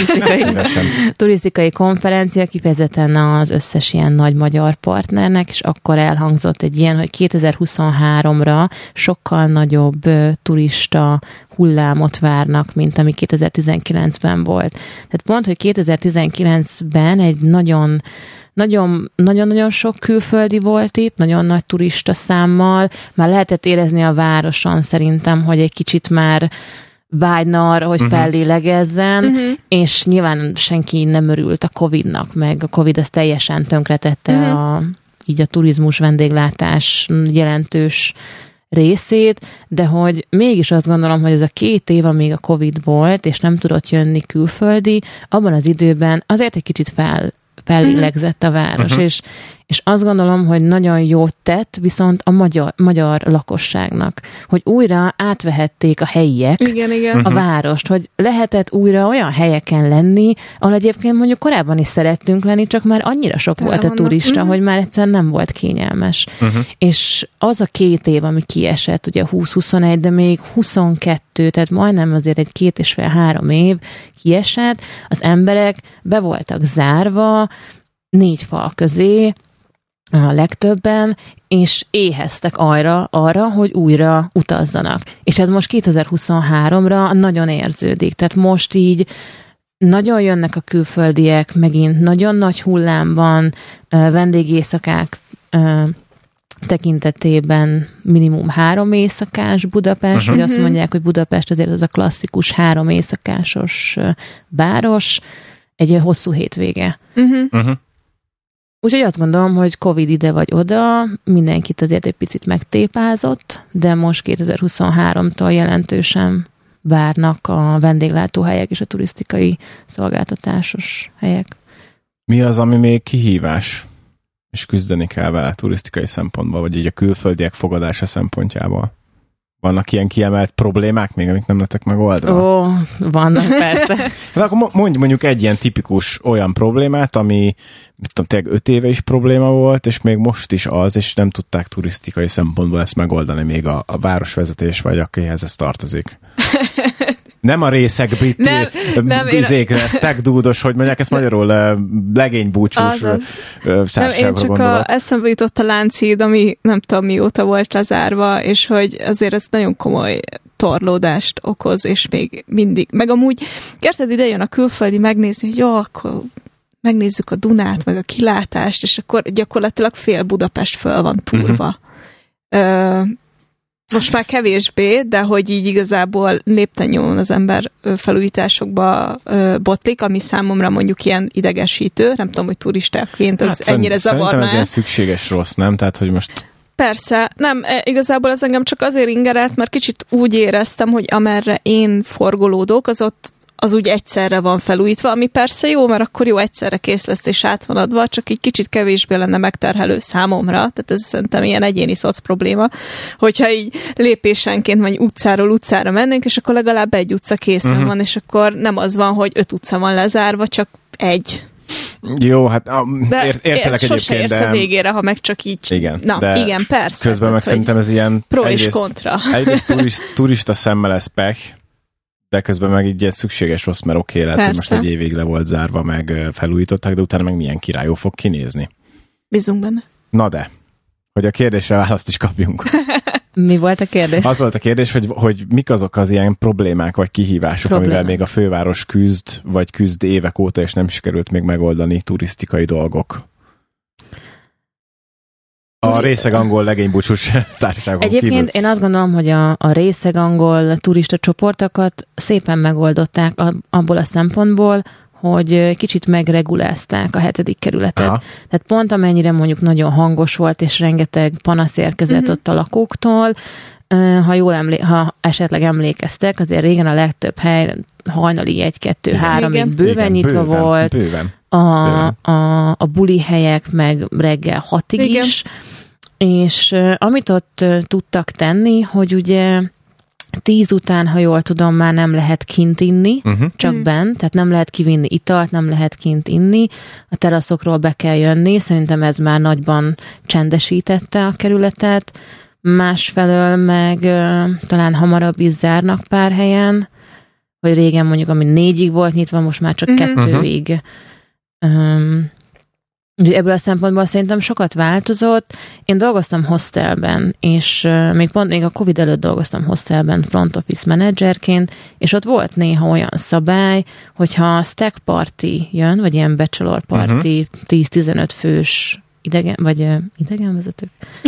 S3: turisztikai konferencia, kifejezetten az összes ilyen nagy magyar partnernek, és akkor elhangzott egy ilyen, hogy 2023-ra sokkal nagyobb turista hullámot várnak, mint ami 2019-ben volt. Tehát pont, hogy 2019-ben egy nagyon-nagyon sok külföldi volt itt, nagyon nagy turista számmal, már lehetett érezni a városon szerintem, hogy egy kicsit már vágyna arra, hogy fellélegezzen, és nyilván senki nem örült a Covid-nak, meg a Covid az teljesen tönkretette így a turizmus, vendéglátás jelentős részét, de hogy mégis azt gondolom, hogy ez a 2 év, amíg a Covid volt, és nem tudott jönni külföldi, abban az időben azért egy kicsit fellélegzett a város, és azt gondolom, hogy nagyon jót tett viszont a magyar lakosságnak, hogy újra átvehették a helyiek a várost, hogy lehetett újra olyan helyeken lenni, ahol egyébként mondjuk korábban is szerettünk lenni, csak már annyira sok volt a turista, hogy már egyszerűen nem volt kényelmes. És az a 2 év, ami kiesett, ugye 20-21, de még 22, tehát majdnem azért egy 2,5-3 év kiesett, az emberek be voltak zárva 4 fal közé, a legtöbben, és éheztek arra, hogy újra utazzanak. És ez most 2023-ra nagyon érződik. Tehát most így nagyon jönnek a külföldiek, megint nagyon nagy hullámban, vendégéjszakák tekintetében minimum 3 éjszakás Budapest, vagy azt mondják, hogy Budapest azért az a klasszikus 3 éjszakásos város, egy hosszú hétvége. Úgyhogy azt gondolom, hogy Covid ide vagy oda, mindenkit azért egy picit megtépázott, de most 2023-tól jelentősen várnak a vendéglátóhelyek és a turisztikai szolgáltatásos helyek.
S1: Mi az, ami még kihívás, és küzdeni kell vele turisztikai szempontból, vagy így a külföldiek fogadása szempontjából? Vannak ilyen kiemelt problémák még, amik nem lettek megoldva?
S3: Vannak persze.
S1: Hát akkor mondjuk egy ilyen tipikus olyan problémát, ami tényleg 5 éve is probléma volt, és még most is az, és nem tudták turisztikai szempontból ezt megoldani még a városvezetés, vagy akihez ez tartozik. Nem a részek brit bizékre, stackdúdos, hogy mondják ezt magyarul, legénybúcsús társaságra
S2: én csak eszembe jutott a Lánchíd, ami nem tudom mióta volt lezárva, és hogy azért ez nagyon komoly torlódást okoz, és még mindig. Meg amúgy érted, ide jön a külföldi megnézni, hogy jó, akkor megnézzük a Dunát, meg a kilátást, és akkor gyakorlatilag fél Budapest föl van túrva. Most már kevésbé, de hogy így igazából lépten az ember felújításokba botlik, ami számomra mondjuk ilyen idegesítő. Nem tudom, hogy turistáként ez ennyire zavarná.
S1: Szerintem ez ilyen szükséges rossz, nem? Tehát, hogy most...
S2: Persze, nem, igazából ez engem csak azért ingerelt, mert kicsit úgy éreztem, hogy amerre én forgolódok, az ott az úgy egyszerre van felújítva, ami persze jó, mert akkor jó, egyszerre kész lesz és át van adva, csak így kicsit kevésbé lenne megterhelő számomra, tehát ez szerintem ilyen egyéni szoc probléma, hogyha így lépésenként vagy utcáról utcára mennénk, és akkor legalább egy utca készen van, és akkor nem az van, hogy 5 utca van lezárva, csak egy.
S1: Jó, hát értelek egyébként,
S2: sose érsz a végére, ha meg csak így.
S1: Igen,
S2: igen, persze.
S1: Közben meg szerintem ez ilyen
S2: pro és kontra.
S1: Egyrészt turista szemmel ez pech, de közben meg így szükséges rossz, mert oké, lehet, hogy most egy évig le volt zárva, meg felújították, de utána meg milyen királyó fog kinézni.
S2: Bízunk benne.
S1: Na de, hogy a kérdésre választ is kapjunk.
S3: Mi volt a kérdés?
S1: Az volt a kérdés, hogy mik azok az ilyen problémák vagy kihívások, amivel még a főváros küzd évek óta, és nem sikerült még megoldani turisztikai dolgok. A részeg-angol legénybúcsús társaságon
S3: Egyébként
S1: kívül.
S3: én azt gondolom, hogy a részeg-angol turista csoportokat szépen megoldották abból a szempontból, hogy kicsit megregulázták a 7. kerületet. Aha. Tehát pont amennyire mondjuk nagyon hangos volt, és rengeteg panasz érkezett ott a lakóktól, ha esetleg emlékeztek, azért régen a legtöbb hely hajnali 1-2-3-ig bőven nyitva volt.
S1: Bőven.
S3: A buli helyek meg reggel 6-ig is. És amit ott tudtak tenni, hogy ugye 10 után, ha jól tudom, már nem lehet kint inni, csak benn, tehát nem lehet kivinni italt, nem lehet kint inni, a teraszokról be kell jönni, szerintem ez már nagyban csendesítette a kerületet, másfelől meg talán hamarabb is zárnak pár helyen, vagy régen mondjuk, ami 4-ig volt nyitva, most már csak 2-ig. Ebből a szempontból szerintem sokat változott. Én dolgoztam hostelben, és még a Covid előtt dolgoztam hostelben front office menedzserként, és ott volt néha olyan szabály, hogyha stack party jön, vagy ilyen bachelor party, 10-15 fős idegenvezetők,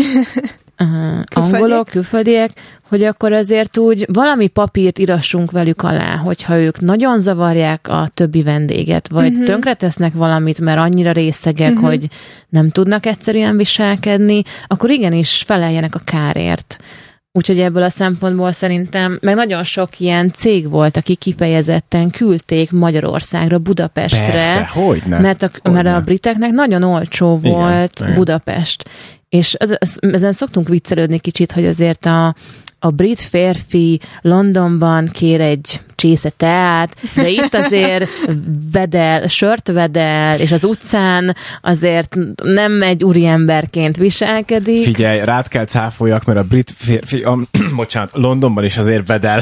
S3: angolok, külföldiek, hogy akkor azért úgy valami papírt írassunk velük alá, hogyha ők nagyon zavarják a többi vendéget, vagy tönkretesznek valamit, mert annyira részegek, hogy nem tudnak egyszerűen viselkedni, akkor igenis feleljenek a kárért. Úgyhogy ebből a szempontból szerintem, meg nagyon sok ilyen cég volt, aki kifejezetten küldték Magyarországra, Budapestre.
S1: Persze, hogyne.
S3: Mert a briteknek nagyon olcsó volt Budapest. És ezen szoktunk viccelődni kicsit, hogy azért a brit férfi Londonban kér egy csésze teát, de itt azért sört vedel, és az utcán azért nem egy úriemberként viselkedik.
S1: Figyelj, rád kell cáfoljak, mert a brit férfi, Londonban is azért vedel.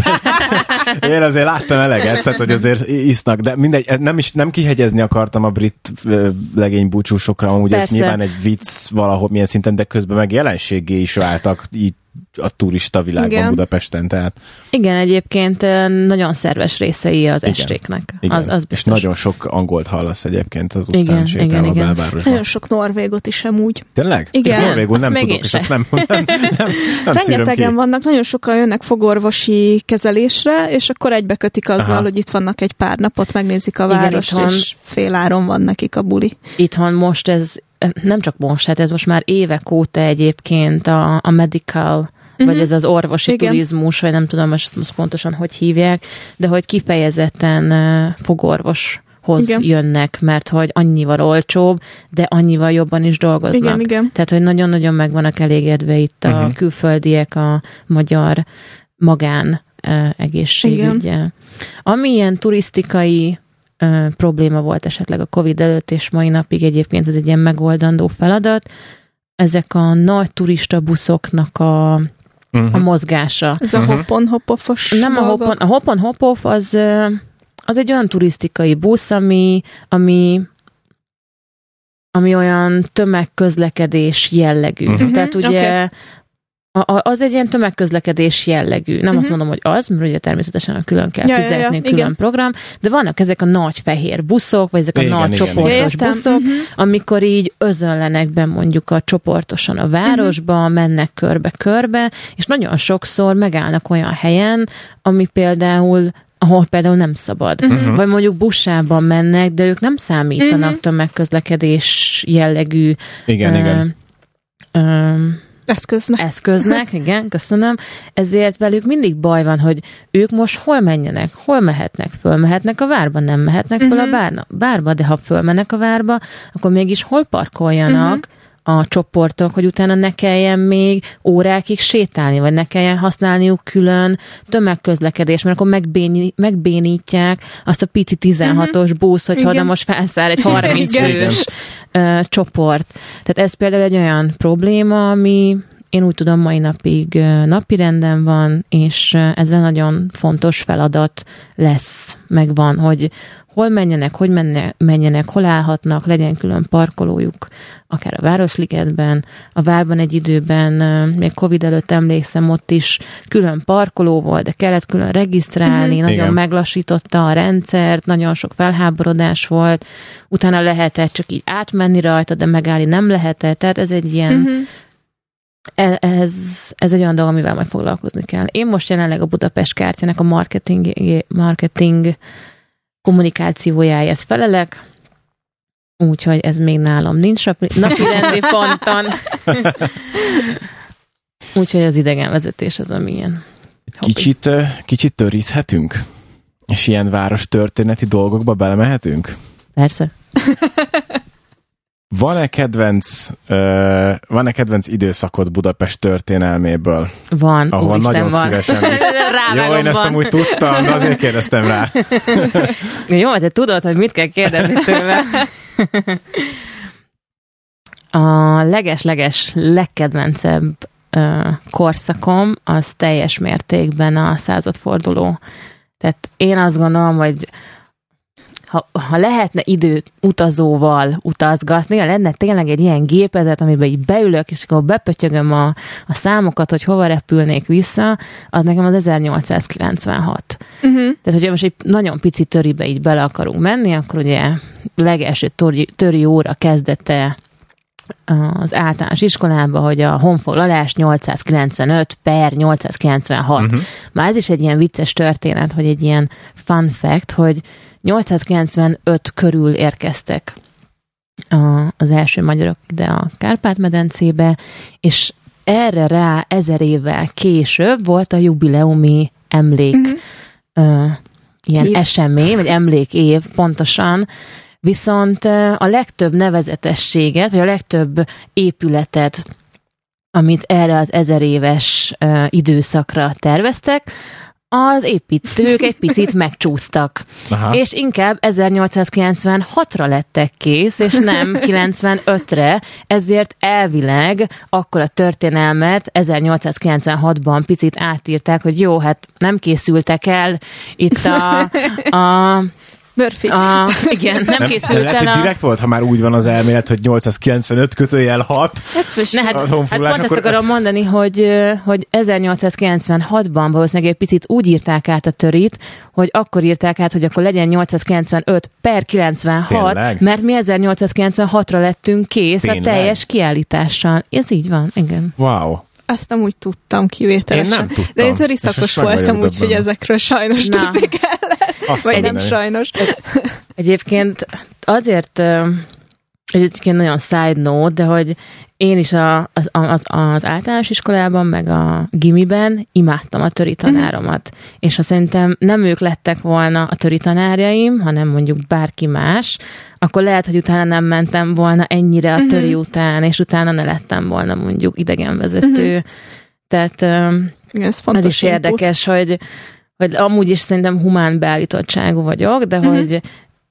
S1: Én azért láttam eleget, tehát hogy azért isznak, de mindegy, nem kihegyezni akartam a brit legénybúcsúsokra, amúgy ez nyilván egy vicc valahol milyen szinten, de közben meg jelenségé is váltak így a turista világban Budapesten, tehát.
S3: Igen, egyébként nagyon szerves részei az estéknek. Az biztos.
S1: És nagyon sok angolt hallasz egyébként az utcán sétálva a belvárosban.
S2: Nagyon sok norvégot is amúgy.
S1: Tényleg?
S2: Igen.
S1: És norvégul nem tudok, és azt nem
S2: rengetegen vannak, nagyon sokan jönnek fogorvosi kezelésre, és akkor egybekötik azzal, hogy itt vannak egy pár napot, megnézik a várost, és féláron van nekik a buli.
S3: Itthon most ez nem csak most, hát ez most már évek óta egyébként a medical, vagy ez az orvosi turizmus, vagy nem tudom most pontosan, hogy hívják, de hogy kifejezetten fogorvoshoz jönnek, mert hogy annyival olcsóbb, de annyival jobban is dolgoznak.
S2: Igen.
S3: Tehát, hogy nagyon-nagyon meg vannak elégedve itt a külföldiek a magyar magán egészségügyel. Ami ilyen turisztikai probléma volt esetleg a Covid előtt, és mai napig egyébként ez egy ilyen megoldandó feladat. Ezek a nagy turista buszoknak a mozgása.
S2: Ez a hopon-hopofos
S3: Nem
S2: dolgok?
S3: a hopon-hopof az egy olyan turisztikai busz, ami olyan tömegközlekedés jellegű. Tehát ugye az egy ilyen tömegközlekedés jellegű. Nem azt mondom, hogy az, mert ugye természetesen külön kell fizetni, külön program, de vannak ezek a nagy fehér buszok, vagy ezek a nagy csoportos buszok, amikor így özönlenek be mondjuk a csoportosan a városba, mennek körbe-körbe, és nagyon sokszor megállnak olyan helyen, ahol például nem szabad. Vagy mondjuk buszában mennek, de ők nem számítanak tömegközlekedés jellegű Eszköznek, igen, köszönöm. Ezért velük mindig baj van, hogy ők most hol menjenek, hol mehetnek, fölmehetnek a várba, nem mehetnek föl a várba, de ha fölmennek a várba, akkor mégis hol parkoljanak a csoportok, hogy utána ne kelljen még órákig sétálni, vagy ne kelljen használniuk külön tömegközlekedés, mert akkor megbénítják azt a pici 16-os busz, hogy ha most felszáll egy 30 fős csoport. Tehát ez például egy olyan probléma, ami én úgy tudom mai napig napirenden van, és ez egy nagyon fontos feladat lesz, megvan, hogy hol menjenek, hogy menjenek, hol állhatnak, legyen külön parkolójuk, akár a Városligetben, a várban egy időben, még Covid előtt emlékszem, ott is külön parkoló volt, de kellett külön regisztrálni, nagyon meglassította a rendszert, nagyon sok felháborodás volt, utána lehetett csak így átmenni rajta, de megállni nem lehetett, tehát ez egy ilyen Ez egy olyan dolog, amivel majd foglalkozni kell. Én most jelenleg a Budapest Kártyának a marketing kommunikációjáért felelek, úgyhogy ez még nálam nincs napirendi ponton. Úgyhogy az idegenvezetés az, ami ilyen
S1: Kicsit törizhetünk? És ilyen város történeti dolgokba belemehetünk?
S3: Persze.
S1: Van-e kedvenc időszakod Budapest történelméből?
S3: Van,
S1: ahol nagyon szívesen Jó, én ezt amúgy tudtam, de azért kérdeztem rá.
S3: Jó, te tudod, hogy mit kell kérdezni tőle. A legkedvencebb korszakom az teljes mértékben a századforduló. Tehát én azt gondolom, hogy ha lehetne időutazóval utazgatni, ha lenne tényleg egy ilyen gépezet, amiben így beülök, és akkor bepötyögöm a számokat, hogy hova repülnék vissza, az nekem az 1896. Tehát, hogyha most egy nagyon pici töribe így bele akarunk menni, akkor ugye legelső töri óra kezdete az általános iskolába, hogy a honfoglalás 895/896. Már ez is egy ilyen vicces történet, hogy egy ilyen fun fact, hogy 895 körül érkeztek az első magyarok ide a Kárpát-medencébe, és erre rá 1000 évvel később volt a jubileumi ilyen esemény, vagy emlékév pontosan, viszont a legtöbb nevezetességet, vagy a legtöbb épületet, amit erre az 1000 éves időszakra terveztek, az építők egy picit megcsúsztak. Aha. És inkább 1896-ra lettek kész, és nem 95-re, ezért elvileg akkor a történelmet 1896-ban picit átírták, hogy jó, hát nem készültek el itt a
S2: Murphy.
S3: Igen, nem készült el.
S1: Lehet, hogy direkt volt, ha már úgy van az elmélet, hogy 895/6.
S3: Hát pont ezt akarom mondani, hogy 1896-ban valószínűleg egy picit úgy írták át a törit, hogy akkor írták át, hogy akkor legyen 895/96, tényleg? Mert mi 1896-ra lettünk kész a teljes kiállítással. Ez így van, igen.
S1: Wow.
S2: Azt amúgy tudtam kivételesen.
S1: Én nem tudtam.
S2: De én töriszakos voltam, úgyhogy ezekről sajnos tudni kellett. Vagy nem sajnos.
S3: Egyébként azért, egyébként nagyon side note, de hogy én is az általános iskolában, meg a gimiben imádtam a töri tanáromat. És ha szerintem nem ők lettek volna a töri tanárjaim, hanem mondjuk bárki más, akkor lehet, hogy utána nem mentem volna ennyire a töri után, és utána ne lettem volna mondjuk idegenvezető. Tehát ez is érdekes, hogy amúgy is szerintem humán beállítottságú vagyok, de hogy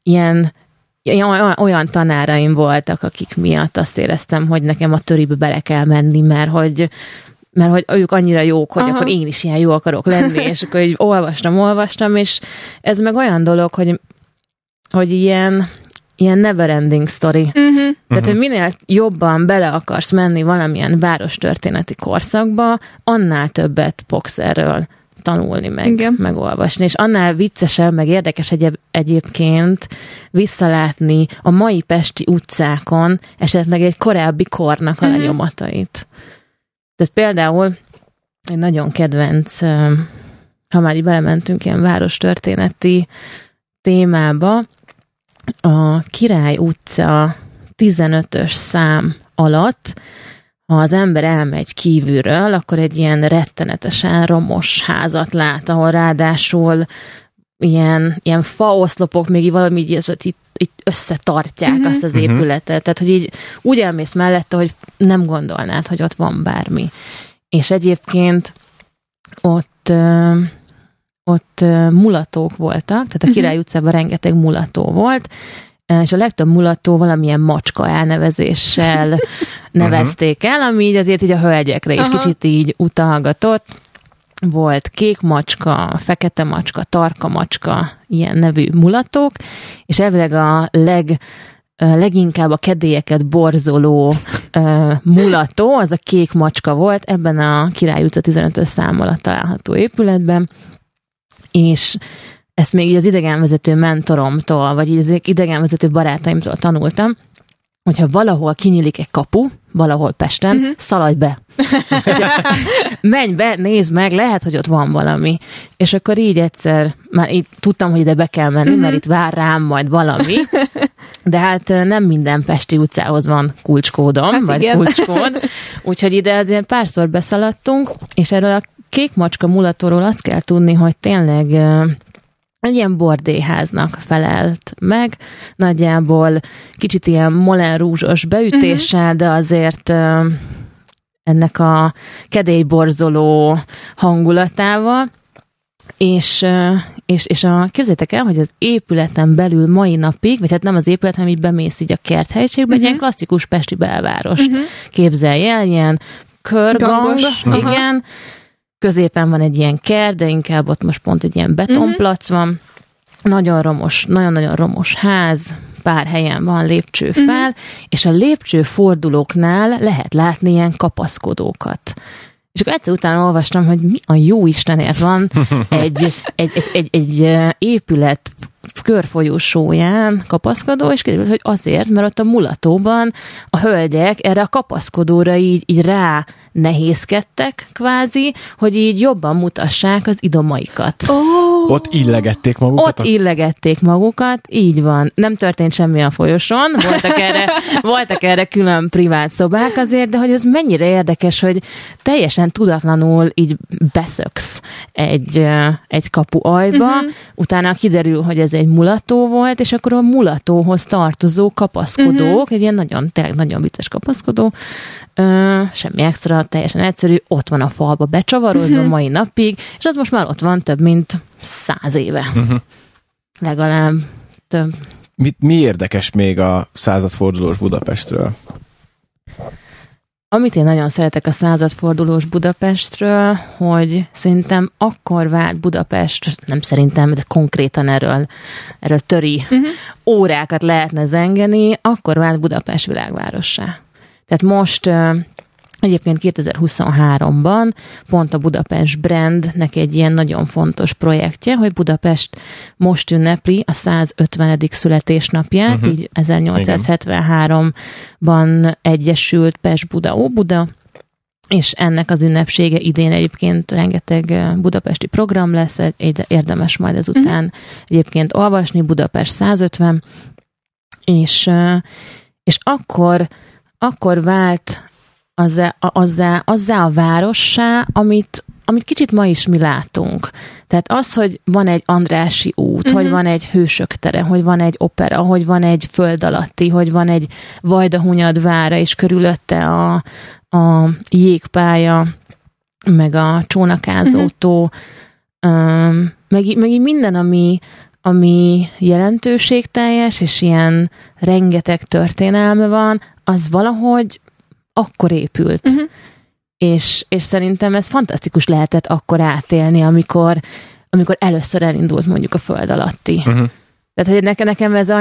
S3: olyan tanáraim voltak, akik miatt azt éreztem, hogy nekem a töribe bele kell menni, mert hogy ők annyira jók, hogy akkor én is ilyen jó akarok lenni, és akkor így olvastam, és ez meg olyan dolog, hogy ilyen never ending story. Tehát, hogy minél jobban bele akarsz menni valamilyen várostörténeti korszakba, annál többet fogsz erről tanulni, megolvasni. És annál viccesebb, meg érdekes egyébként visszalátni a mai pesti utcákon esetleg egy korábbi kornak a lenyomatait. Tehát például egy nagyon kedvenc, ha már így belementünk ilyen várostörténeti témába, a Király utca 15-ös szám alatt, ha az ember elmegy kívülről, akkor egy ilyen rettenetesen romos házat lát, ahol ráadásul ilyen faoszlopok még valami itt összetartják azt az épületet. Tehát, hogy így úgy elmész mellette, hogy nem gondolnád, hogy ott van bármi. És egyébként ott mulatók voltak, tehát a Király utcában rengeteg mulató volt, és a legtöbb mulató valamilyen macska elnevezéssel nevezték el, ami így azért így a hölgyekre is kicsit így utalgatott. Volt kék macska, fekete macska, tarka macska, ilyen nevű mulatók, és elvileg a leginkább a kedélyeket borzoló mulató, az a kék macska volt ebben a Király utca 15-ös szám alatt található épületben, és ezt még így az idegenvezető mentoromtól, vagy így az idegenvezető barátaimtól tanultam, hogyha valahol kinyílik egy kapu, valahol Pesten, szaladj be. Menj be, nézd meg, lehet, hogy ott van valami. És akkor így egyszer, már így tudtam, hogy ide be kell menni, mert itt vár rám majd valami, de hát nem minden pesti utcához van kulcskódom, vagy kulcskód, úgyhogy ide azért párszor beszaladtunk, és erről a kék macska mulatóról azt kell tudni, hogy tényleg egy ilyen bordéháznak felelt meg, nagyjából kicsit ilyen Moulin Rouge-os beütéssel, de azért ennek a kedélyborzoló hangulatával, és képzeljétek el, hogy az épületen belül mai napig, vagy hát nem az épület, hanem így bemész így a kerthelyiségbe, egy ilyen klasszikus pesti belváros képzelj el, ilyen körgang, igen, középen van egy ilyen kert, de inkább ott most pont egy ilyen betonplac van, nagyon romos, nagyon-nagyon romos ház, pár helyen van lépcsőfel, és a lépcsőfordulóknál lehet látni ilyen kapaszkodókat. És akkor egyszer utána olvastam, hogy mi a jó Istenért van egy épület körfolyósóján kapaszkodó, és kiderült, hogy azért, mert ott a mulatóban a hölgyek erre a kapaszkodóra így rá nehézkedtek kvázi, hogy így jobban mutassák az idomaikat.
S1: Oh. Ott illegették magukat?
S3: Ott illegették magukat, így van. Nem történt semmi a folyosón, voltak erre külön privát szobák azért, de hogy ez mennyire érdekes, hogy teljesen tudatlanul így beszöksz egy kapu ajba, utána kiderül, hogy ez egy mulató volt, és akkor a mulatóhoz tartozó kapaszkodók, egy ilyen tényleg nagyon vicces kapaszkodó, semmi extra, teljesen egyszerű, ott van a falba becsavarozva mai napig, és az most már ott van több mint 100 éve. Legalább több.
S1: Mi érdekes még a századfordulós Budapestről?
S3: Amit én nagyon szeretek a századfordulós Budapestről, hogy szerintem akkor vált Budapest, nem szerintem, de konkrétan erről töri órákat lehetne zengeni, akkor vált Budapest világvárossá. Tehát most egyébként 2023-ban pont a Budapest Brandnek egy ilyen nagyon fontos projektje, hogy Budapest most ünnepli a 150. születésnapját, így 1873-ban egyesült Pest-Buda-Óbuda, és ennek az ünnepsége idén egyébként rengeteg budapesti program lesz, érdemes majd ezután egyébként olvasni, Budapest 150, és akkor vált azzá a várossá, amit kicsit ma is mi látunk. Tehát az, hogy van egy Andrássy út, hogy van egy Hősök tere, hogy van egy opera, hogy van egy föld alatti, hogy van egy Vajdahunyad vára, és körülötte a jégpálya, meg a csónakázótó, meg így minden, ami jelentőségteljes, és ilyen rengeteg történelme van, az valahogy akkor épült. És szerintem ez fantasztikus lehetett akkor átélni, amikor először elindult mondjuk a föld alatti. Tehát, hogy nekem ez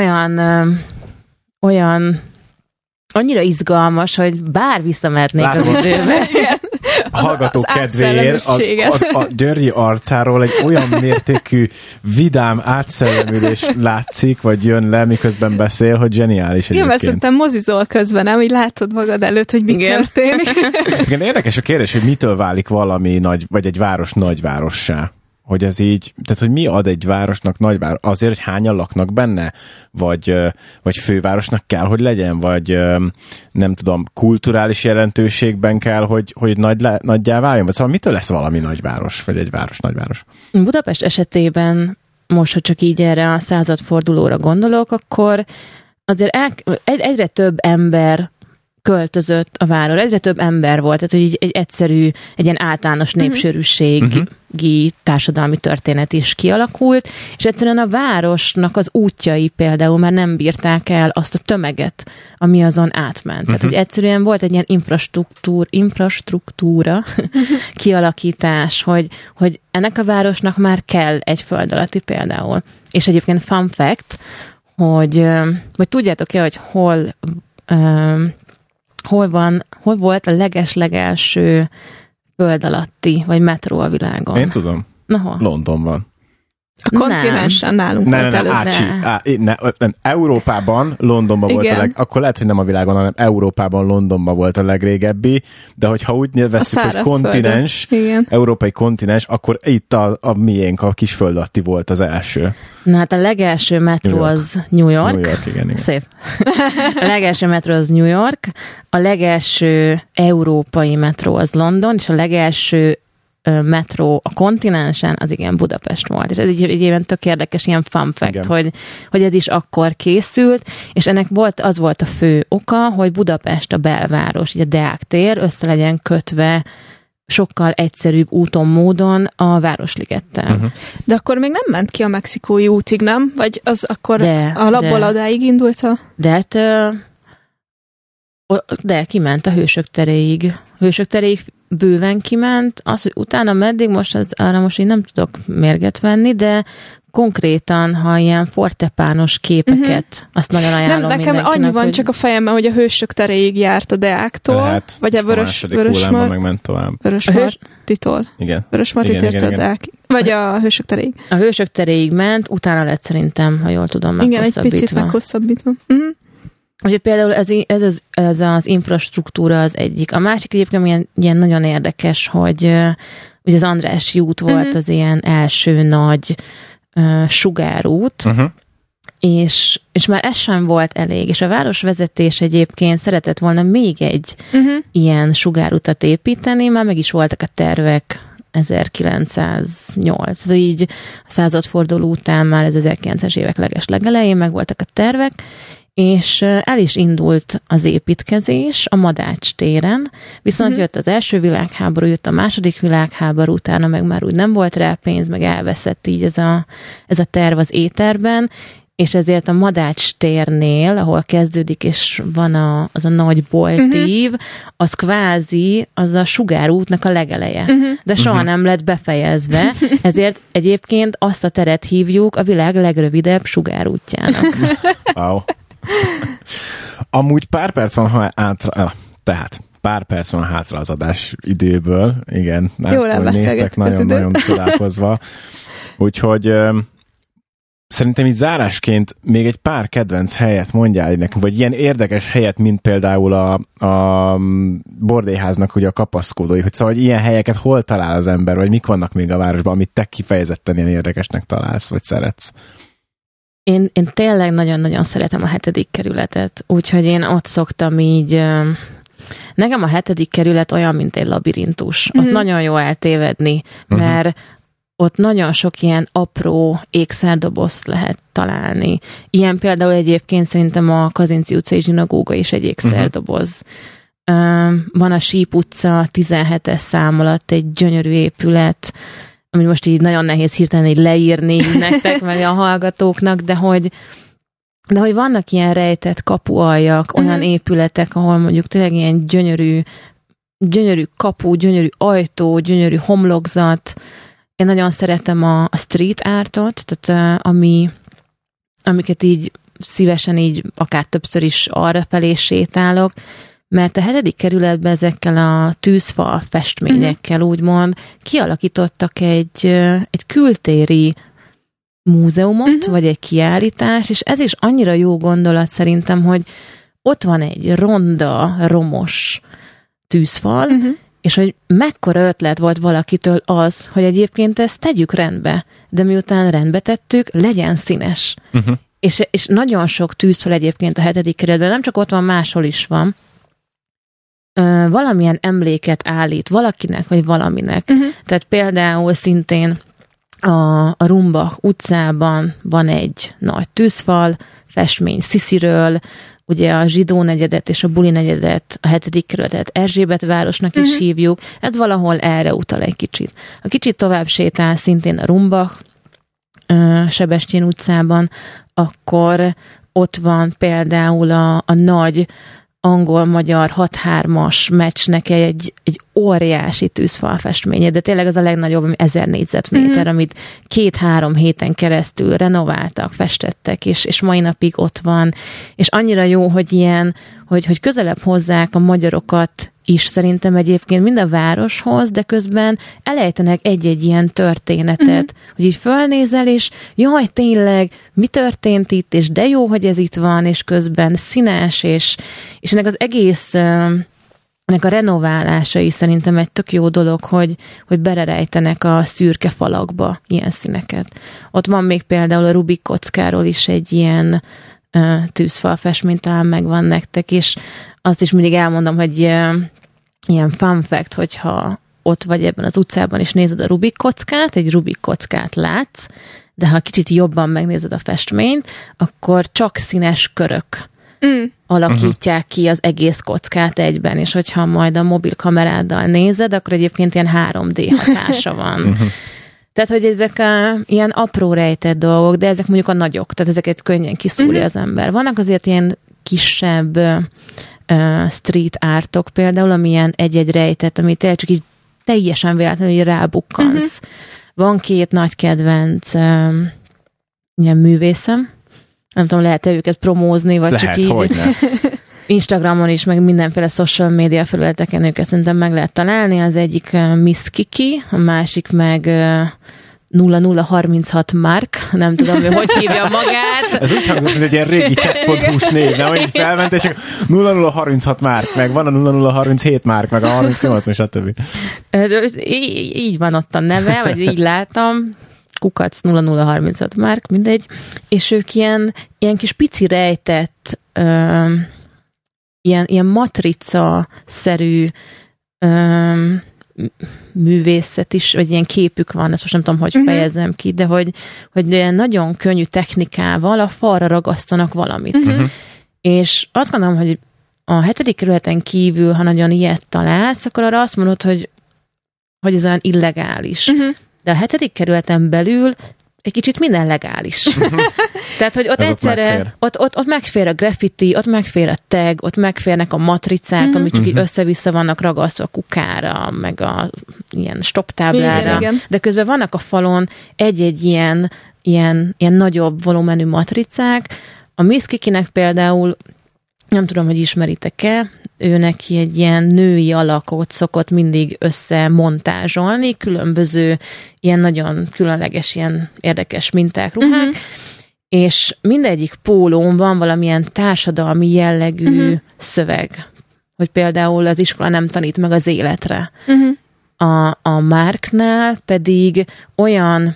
S3: olyan annyira izgalmas, hogy bár visszamehetnék az időbe.
S1: A hallgató kedvéért a Györgyi arcáról egy olyan mértékű vidám átszellemülés látszik, vagy jön le, miközben beszél, hogy zseniális egyébként.
S2: Igen, mert szerintem mozizol közben, nem? Így látod magad előtt, hogy mi történik.
S1: Igen, érdekes a kérdés, hogy mitől válik valami nagy, vagy egy város nagyvárossá. hogy ez így, tehát hogy mi ad egy városnak nagyváros? Azért, hogy hányan laknak benne? Vagy fővárosnak kell, hogy legyen? Vagy nem tudom, kulturális jelentőségben kell, hogy nagyjá váljon? Vagy szóval mitől lesz valami nagyváros, vagy egy város nagyváros?
S3: Budapest esetében most, ha csak így erre a századfordulóra gondolok, akkor azért egyre több ember költözött a város, egyre több ember volt, tehát hogy így egy ilyen általános népsűrűségi társadalmi történet is kialakult, és egyszerűen a városnak az útjai például már nem bírták el azt a tömeget, ami azon átment. Tehát, hogy egyszerűen volt egy ilyen infrastruktúra kialakítás, hogy ennek a városnak már kell egy föld alatti például. És egyébként fun fact, hogy tudjátok-e, hogy hol volt a leges-legelső föld alatti, vagy metró a világon?
S1: Én tudom.
S3: Na hol?
S1: Londonban.
S2: A kontinensen nálunk volt
S1: először. Európában, Londonban volt akkor lehet, hogy nem a világon, hanem Európában, Londonban volt a legrégebbi, de hogyha úgy veszük, hogy kontinens, európai kontinens, akkor itt a miénk, a kis föld alatti volt az első.
S3: Na hát a legelső metró az New York.
S1: New York, igen.
S3: Szép. A legelső metró az New York, a legelső európai metró az London, és a legelső metró a kontinensen, az igen Budapest volt. És ez egy ilyen tök érdekes ilyen fun fact, hogy ez is akkor készült, és ennek az volt a fő oka, hogy Budapest a belváros, így a Deák tér össze legyen kötve sokkal egyszerűbb úton, módon a Városligettel.
S2: De akkor még nem ment ki a Mexikói útig, nem? Vagy az akkor alapból odáig indult De kiment a Hősök teréig. Hősök teréig bőven kiment, az, hogy utána meddig, arra most én nem tudok mérget venni, de konkrétan, ha ilyen fortepános képeket, azt nagyon ajánlom nekem annyi van csak a fejemben, hogy a Hősök teréig járt a Deáktól, vagy a Vörösmarty-tól.
S1: Igen.
S2: Vörösmarty-től a Deák, vagy a Hősök teréig.
S3: A Hősök teréig ment, utána lett szerintem, ha jól tudom, meghosszabbítva.
S2: Igen, egy picit meghosszabbítva.
S3: Ugye például ez az infrastruktúra az egyik. A másik egyébként ilyen nagyon érdekes, hogy ugye az Andrássy út volt az ilyen első nagy sugárút, és már ez sem volt elég, és a városvezetés egyébként szeretett volna még egy ilyen sugárutat építeni, már meg is voltak a tervek 1908. Tehát így a századforduló után már ez 1900-es évek legelején meg voltak a tervek, és el is indult az építkezés a Madács téren, viszont jött az első világháború, jött a második világháború, utána meg már úgy nem volt rá pénz, meg elveszett így ez a terv az éterben, és ezért a Madács térnél, ahol kezdődik, és van az a nagy boltív, az kvázi az a sugárútnak a legeleje. De soha nem lett befejezve, ezért egyébként azt a teret hívjuk a világ legrövidebb sugárútjának.
S1: Wow. Amúgy pár perc van pár perc van hátra az adás időből. Igen,
S2: jól
S1: néztek nagyon csodálkozva. Úgyhogy szerintem így zárásként még egy pár kedvenc helyet mondjál nekünk, vagy ilyen érdekes helyet, mint például a bordélyháznak ugye a kapaszkodói, hogy szóval hogy ilyen helyeket hol talál az ember, vagy mik vannak még a városban, amit te kifejezetten ilyen érdekesnek találsz, vagy szeretsz?
S3: Én tényleg nagyon-nagyon szeretem a 7. kerületet, úgyhogy én ott szoktam így... Nekem a 7. kerület olyan, mint egy labirintus. Ott nagyon jó eltévedni, mert ott nagyon sok ilyen apró ékszerdobozt lehet találni. Ilyen például egyébként szerintem a Kazinczy utcai zsinagóga is egy ékszerdoboz. Van a Síp utca 17-es szám alatt egy gyönyörű épület, ami most így nagyon nehéz hirtelen így leírni nektek, meg a hallgatóknak, de hogy vannak ilyen rejtett kapualjak, olyan épületek, ahol mondjuk tényleg ilyen gyönyörű kapu, gyönyörű ajtó, gyönyörű homlokzat. Én nagyon szeretem a street artot, tehát amiket így szívesen így akár többször is arra felé sétálok, mert a 7. kerületben ezekkel a tűzfal festményekkel úgymond kialakítottak egy kültéri múzeumot, vagy egy kiállítás, és ez is annyira jó gondolat szerintem, hogy ott van egy ronda, romos tűzfal, És hogy mekkora ötlet volt valakitől az, hogy egyébként ezt tegyük rendbe, de miután rendbe tettük, legyen színes. És nagyon sok tűzfal egyébként a 7. kerületben, nem csak ott van, máshol is van, valamilyen emléket állít valakinek, vagy valaminek. Tehát például szintén a Rumbach utcában van egy nagy tűzfal, festmény Szisziről, ugye a Zsidó negyedet és a Buli negyedet, a 7. kerületet Erzsébetvárosnak is hívjuk, ez valahol erre utal egy kicsit. A kicsit tovább sétál szintén a Rumbach, Sebestyén utcában, akkor ott van például a nagy angol-magyar 6-3-as meccsnek egy óriási tűzfalfestménye, de tényleg az a legnagyobb, 1000 négyzetméter, amit 2-3 héten keresztül renováltak, festettek, és mai napig ott van, és annyira jó, hogy ilyen, hogy közelebb hozzák a magyarokat is szerintem egyébként mind a városhoz, de közben elejtenek egy-egy ilyen történetet, hogy így fölnézel, és jaj, tényleg, mi történt itt, és de jó, hogy ez itt van, és közben színes, és ennek az egész ennek a renoválása is szerintem egy tök jó dolog, hogy belerejtenek a szürke falakba ilyen színeket. Ott van még például a Rubik kockáról is egy ilyen tűzfalfestmény, talán megvan nektek, és azt is mindig elmondom, hogy ilyen fun fact, hogyha ott vagy ebben az utcában, és nézed a Rubik kockát, egy Rubik kockát látsz, de ha kicsit jobban megnézed a festményt, akkor csak színes körök alakítják ki az egész kockát egyben, és hogyha majd a mobil kameráddal nézed, akkor egyébként ilyen 3D hatása van. Tehát, hogy ezek ilyen apró rejtett dolgok, de ezek mondjuk a nagyok, tehát ezeket könnyen kiszúrja az ember. Vannak azért ilyen kisebb street artok például, amilyen egy-egy rejtett, amit tényleg csak így teljesen véletlenül rábukkansz. Van 2 nagy kedvenc ilyen művészem, nem tudom, lehet-e őket promózni, vagy
S1: lehet,
S3: csak így Instagramon is, meg mindenféle social media felületeken őket szerintem meg lehet találni. Az egyik Miss Kiki, a másik meg 0036 Mark, nem tudom, hogy hívja magát.
S1: Ez úgy hangzott, hogy egy ilyen régi chat.hu-s név, nem? Hogy felment, és 0036 Mark, meg van a 0037 Mark, meg a 38, stb.
S3: Így van ott a neve, vagy így látom. Kukac 0036 Mark, mindegy. És ők ilyen kis pici rejtett, ilyen matrica-szerű művészet is, vagy ilyen képük van, ezt most nem tudom, hogy fejezem ki, de hogy nagyon könnyű technikával a falra ragasztanak valamit. És azt gondolom, hogy a 7. kerületen kívül, ha nagyon ilyet találsz, akkor arra azt mondod, hogy ez olyan illegális. De a 7. kerületen belül egy kicsit minden legális. Tehát, hogy ott egyszerre, ott megfér a graffiti, ott megfér a tag, ott megférnek a matricák, amik csak így össze-vissza vannak ragasztva a kukára, meg a ilyen stop táblára. Igen. De közben vannak a falon egy-egy ilyen nagyobb volumenű matricák. A Miss Kikinek például, nem tudom, hogy ismeritek-e, ő neki egy ilyen női alakot szokott mindig összemontázsolni, különböző ilyen nagyon különleges, ilyen érdekes minták, ruhák, és mindegyik pólón van valamilyen társadalmi jellegű szöveg, hogy például az iskola nem tanít meg az életre. A Marknál pedig olyan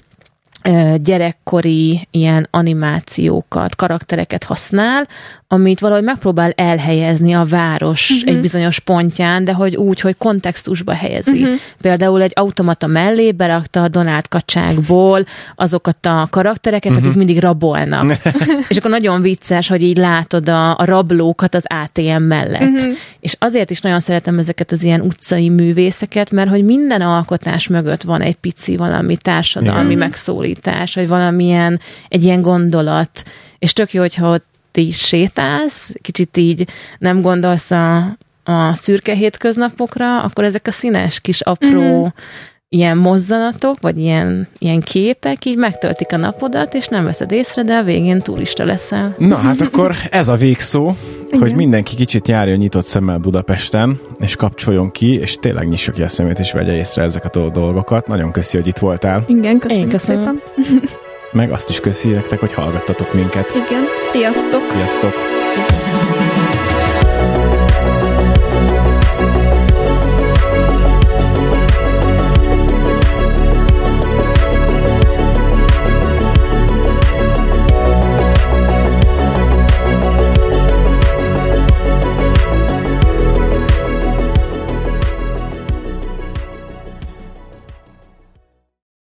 S3: gyerekkori ilyen animációkat, karaktereket használ, amit valahogy megpróbál elhelyezni a város egy bizonyos pontján, de hogy úgy, hogy kontextusba helyezi. Például egy automata mellé berakta a Donald kacsákból azokat a karaktereket, akik mindig rabolnak. És akkor nagyon vicces, hogy így látod a rablókat az ATM mellett. És azért is nagyon szeretem ezeket az ilyen utcai művészeket, mert hogy minden alkotás mögött van egy pici valami társadalmi megszólítás, vagy valamilyen egy ilyen gondolat. És tök jó, hogyha ott is sétálsz, kicsit így nem gondolsz a szürke hétköznapokra, akkor ezek a színes kis apró ilyen mozzanatok, vagy ilyen képek így megtöltik a napodat, és nem veszed észre, de a végén turista leszel.
S1: Na hát akkor ez a végszó, hogy mindenki kicsit járjon nyitott szemmel Budapesten, és kapcsoljon ki, és tényleg nyissa ki a szemét, és vegye észre ezeket a dolgokat. Nagyon köszi, hogy itt voltál.
S2: Igen, köszönjük szépen.
S1: Meg azt is köszi nektek, hogy hallgattatok minket.
S2: Igen, sziasztok!
S1: Sziasztok!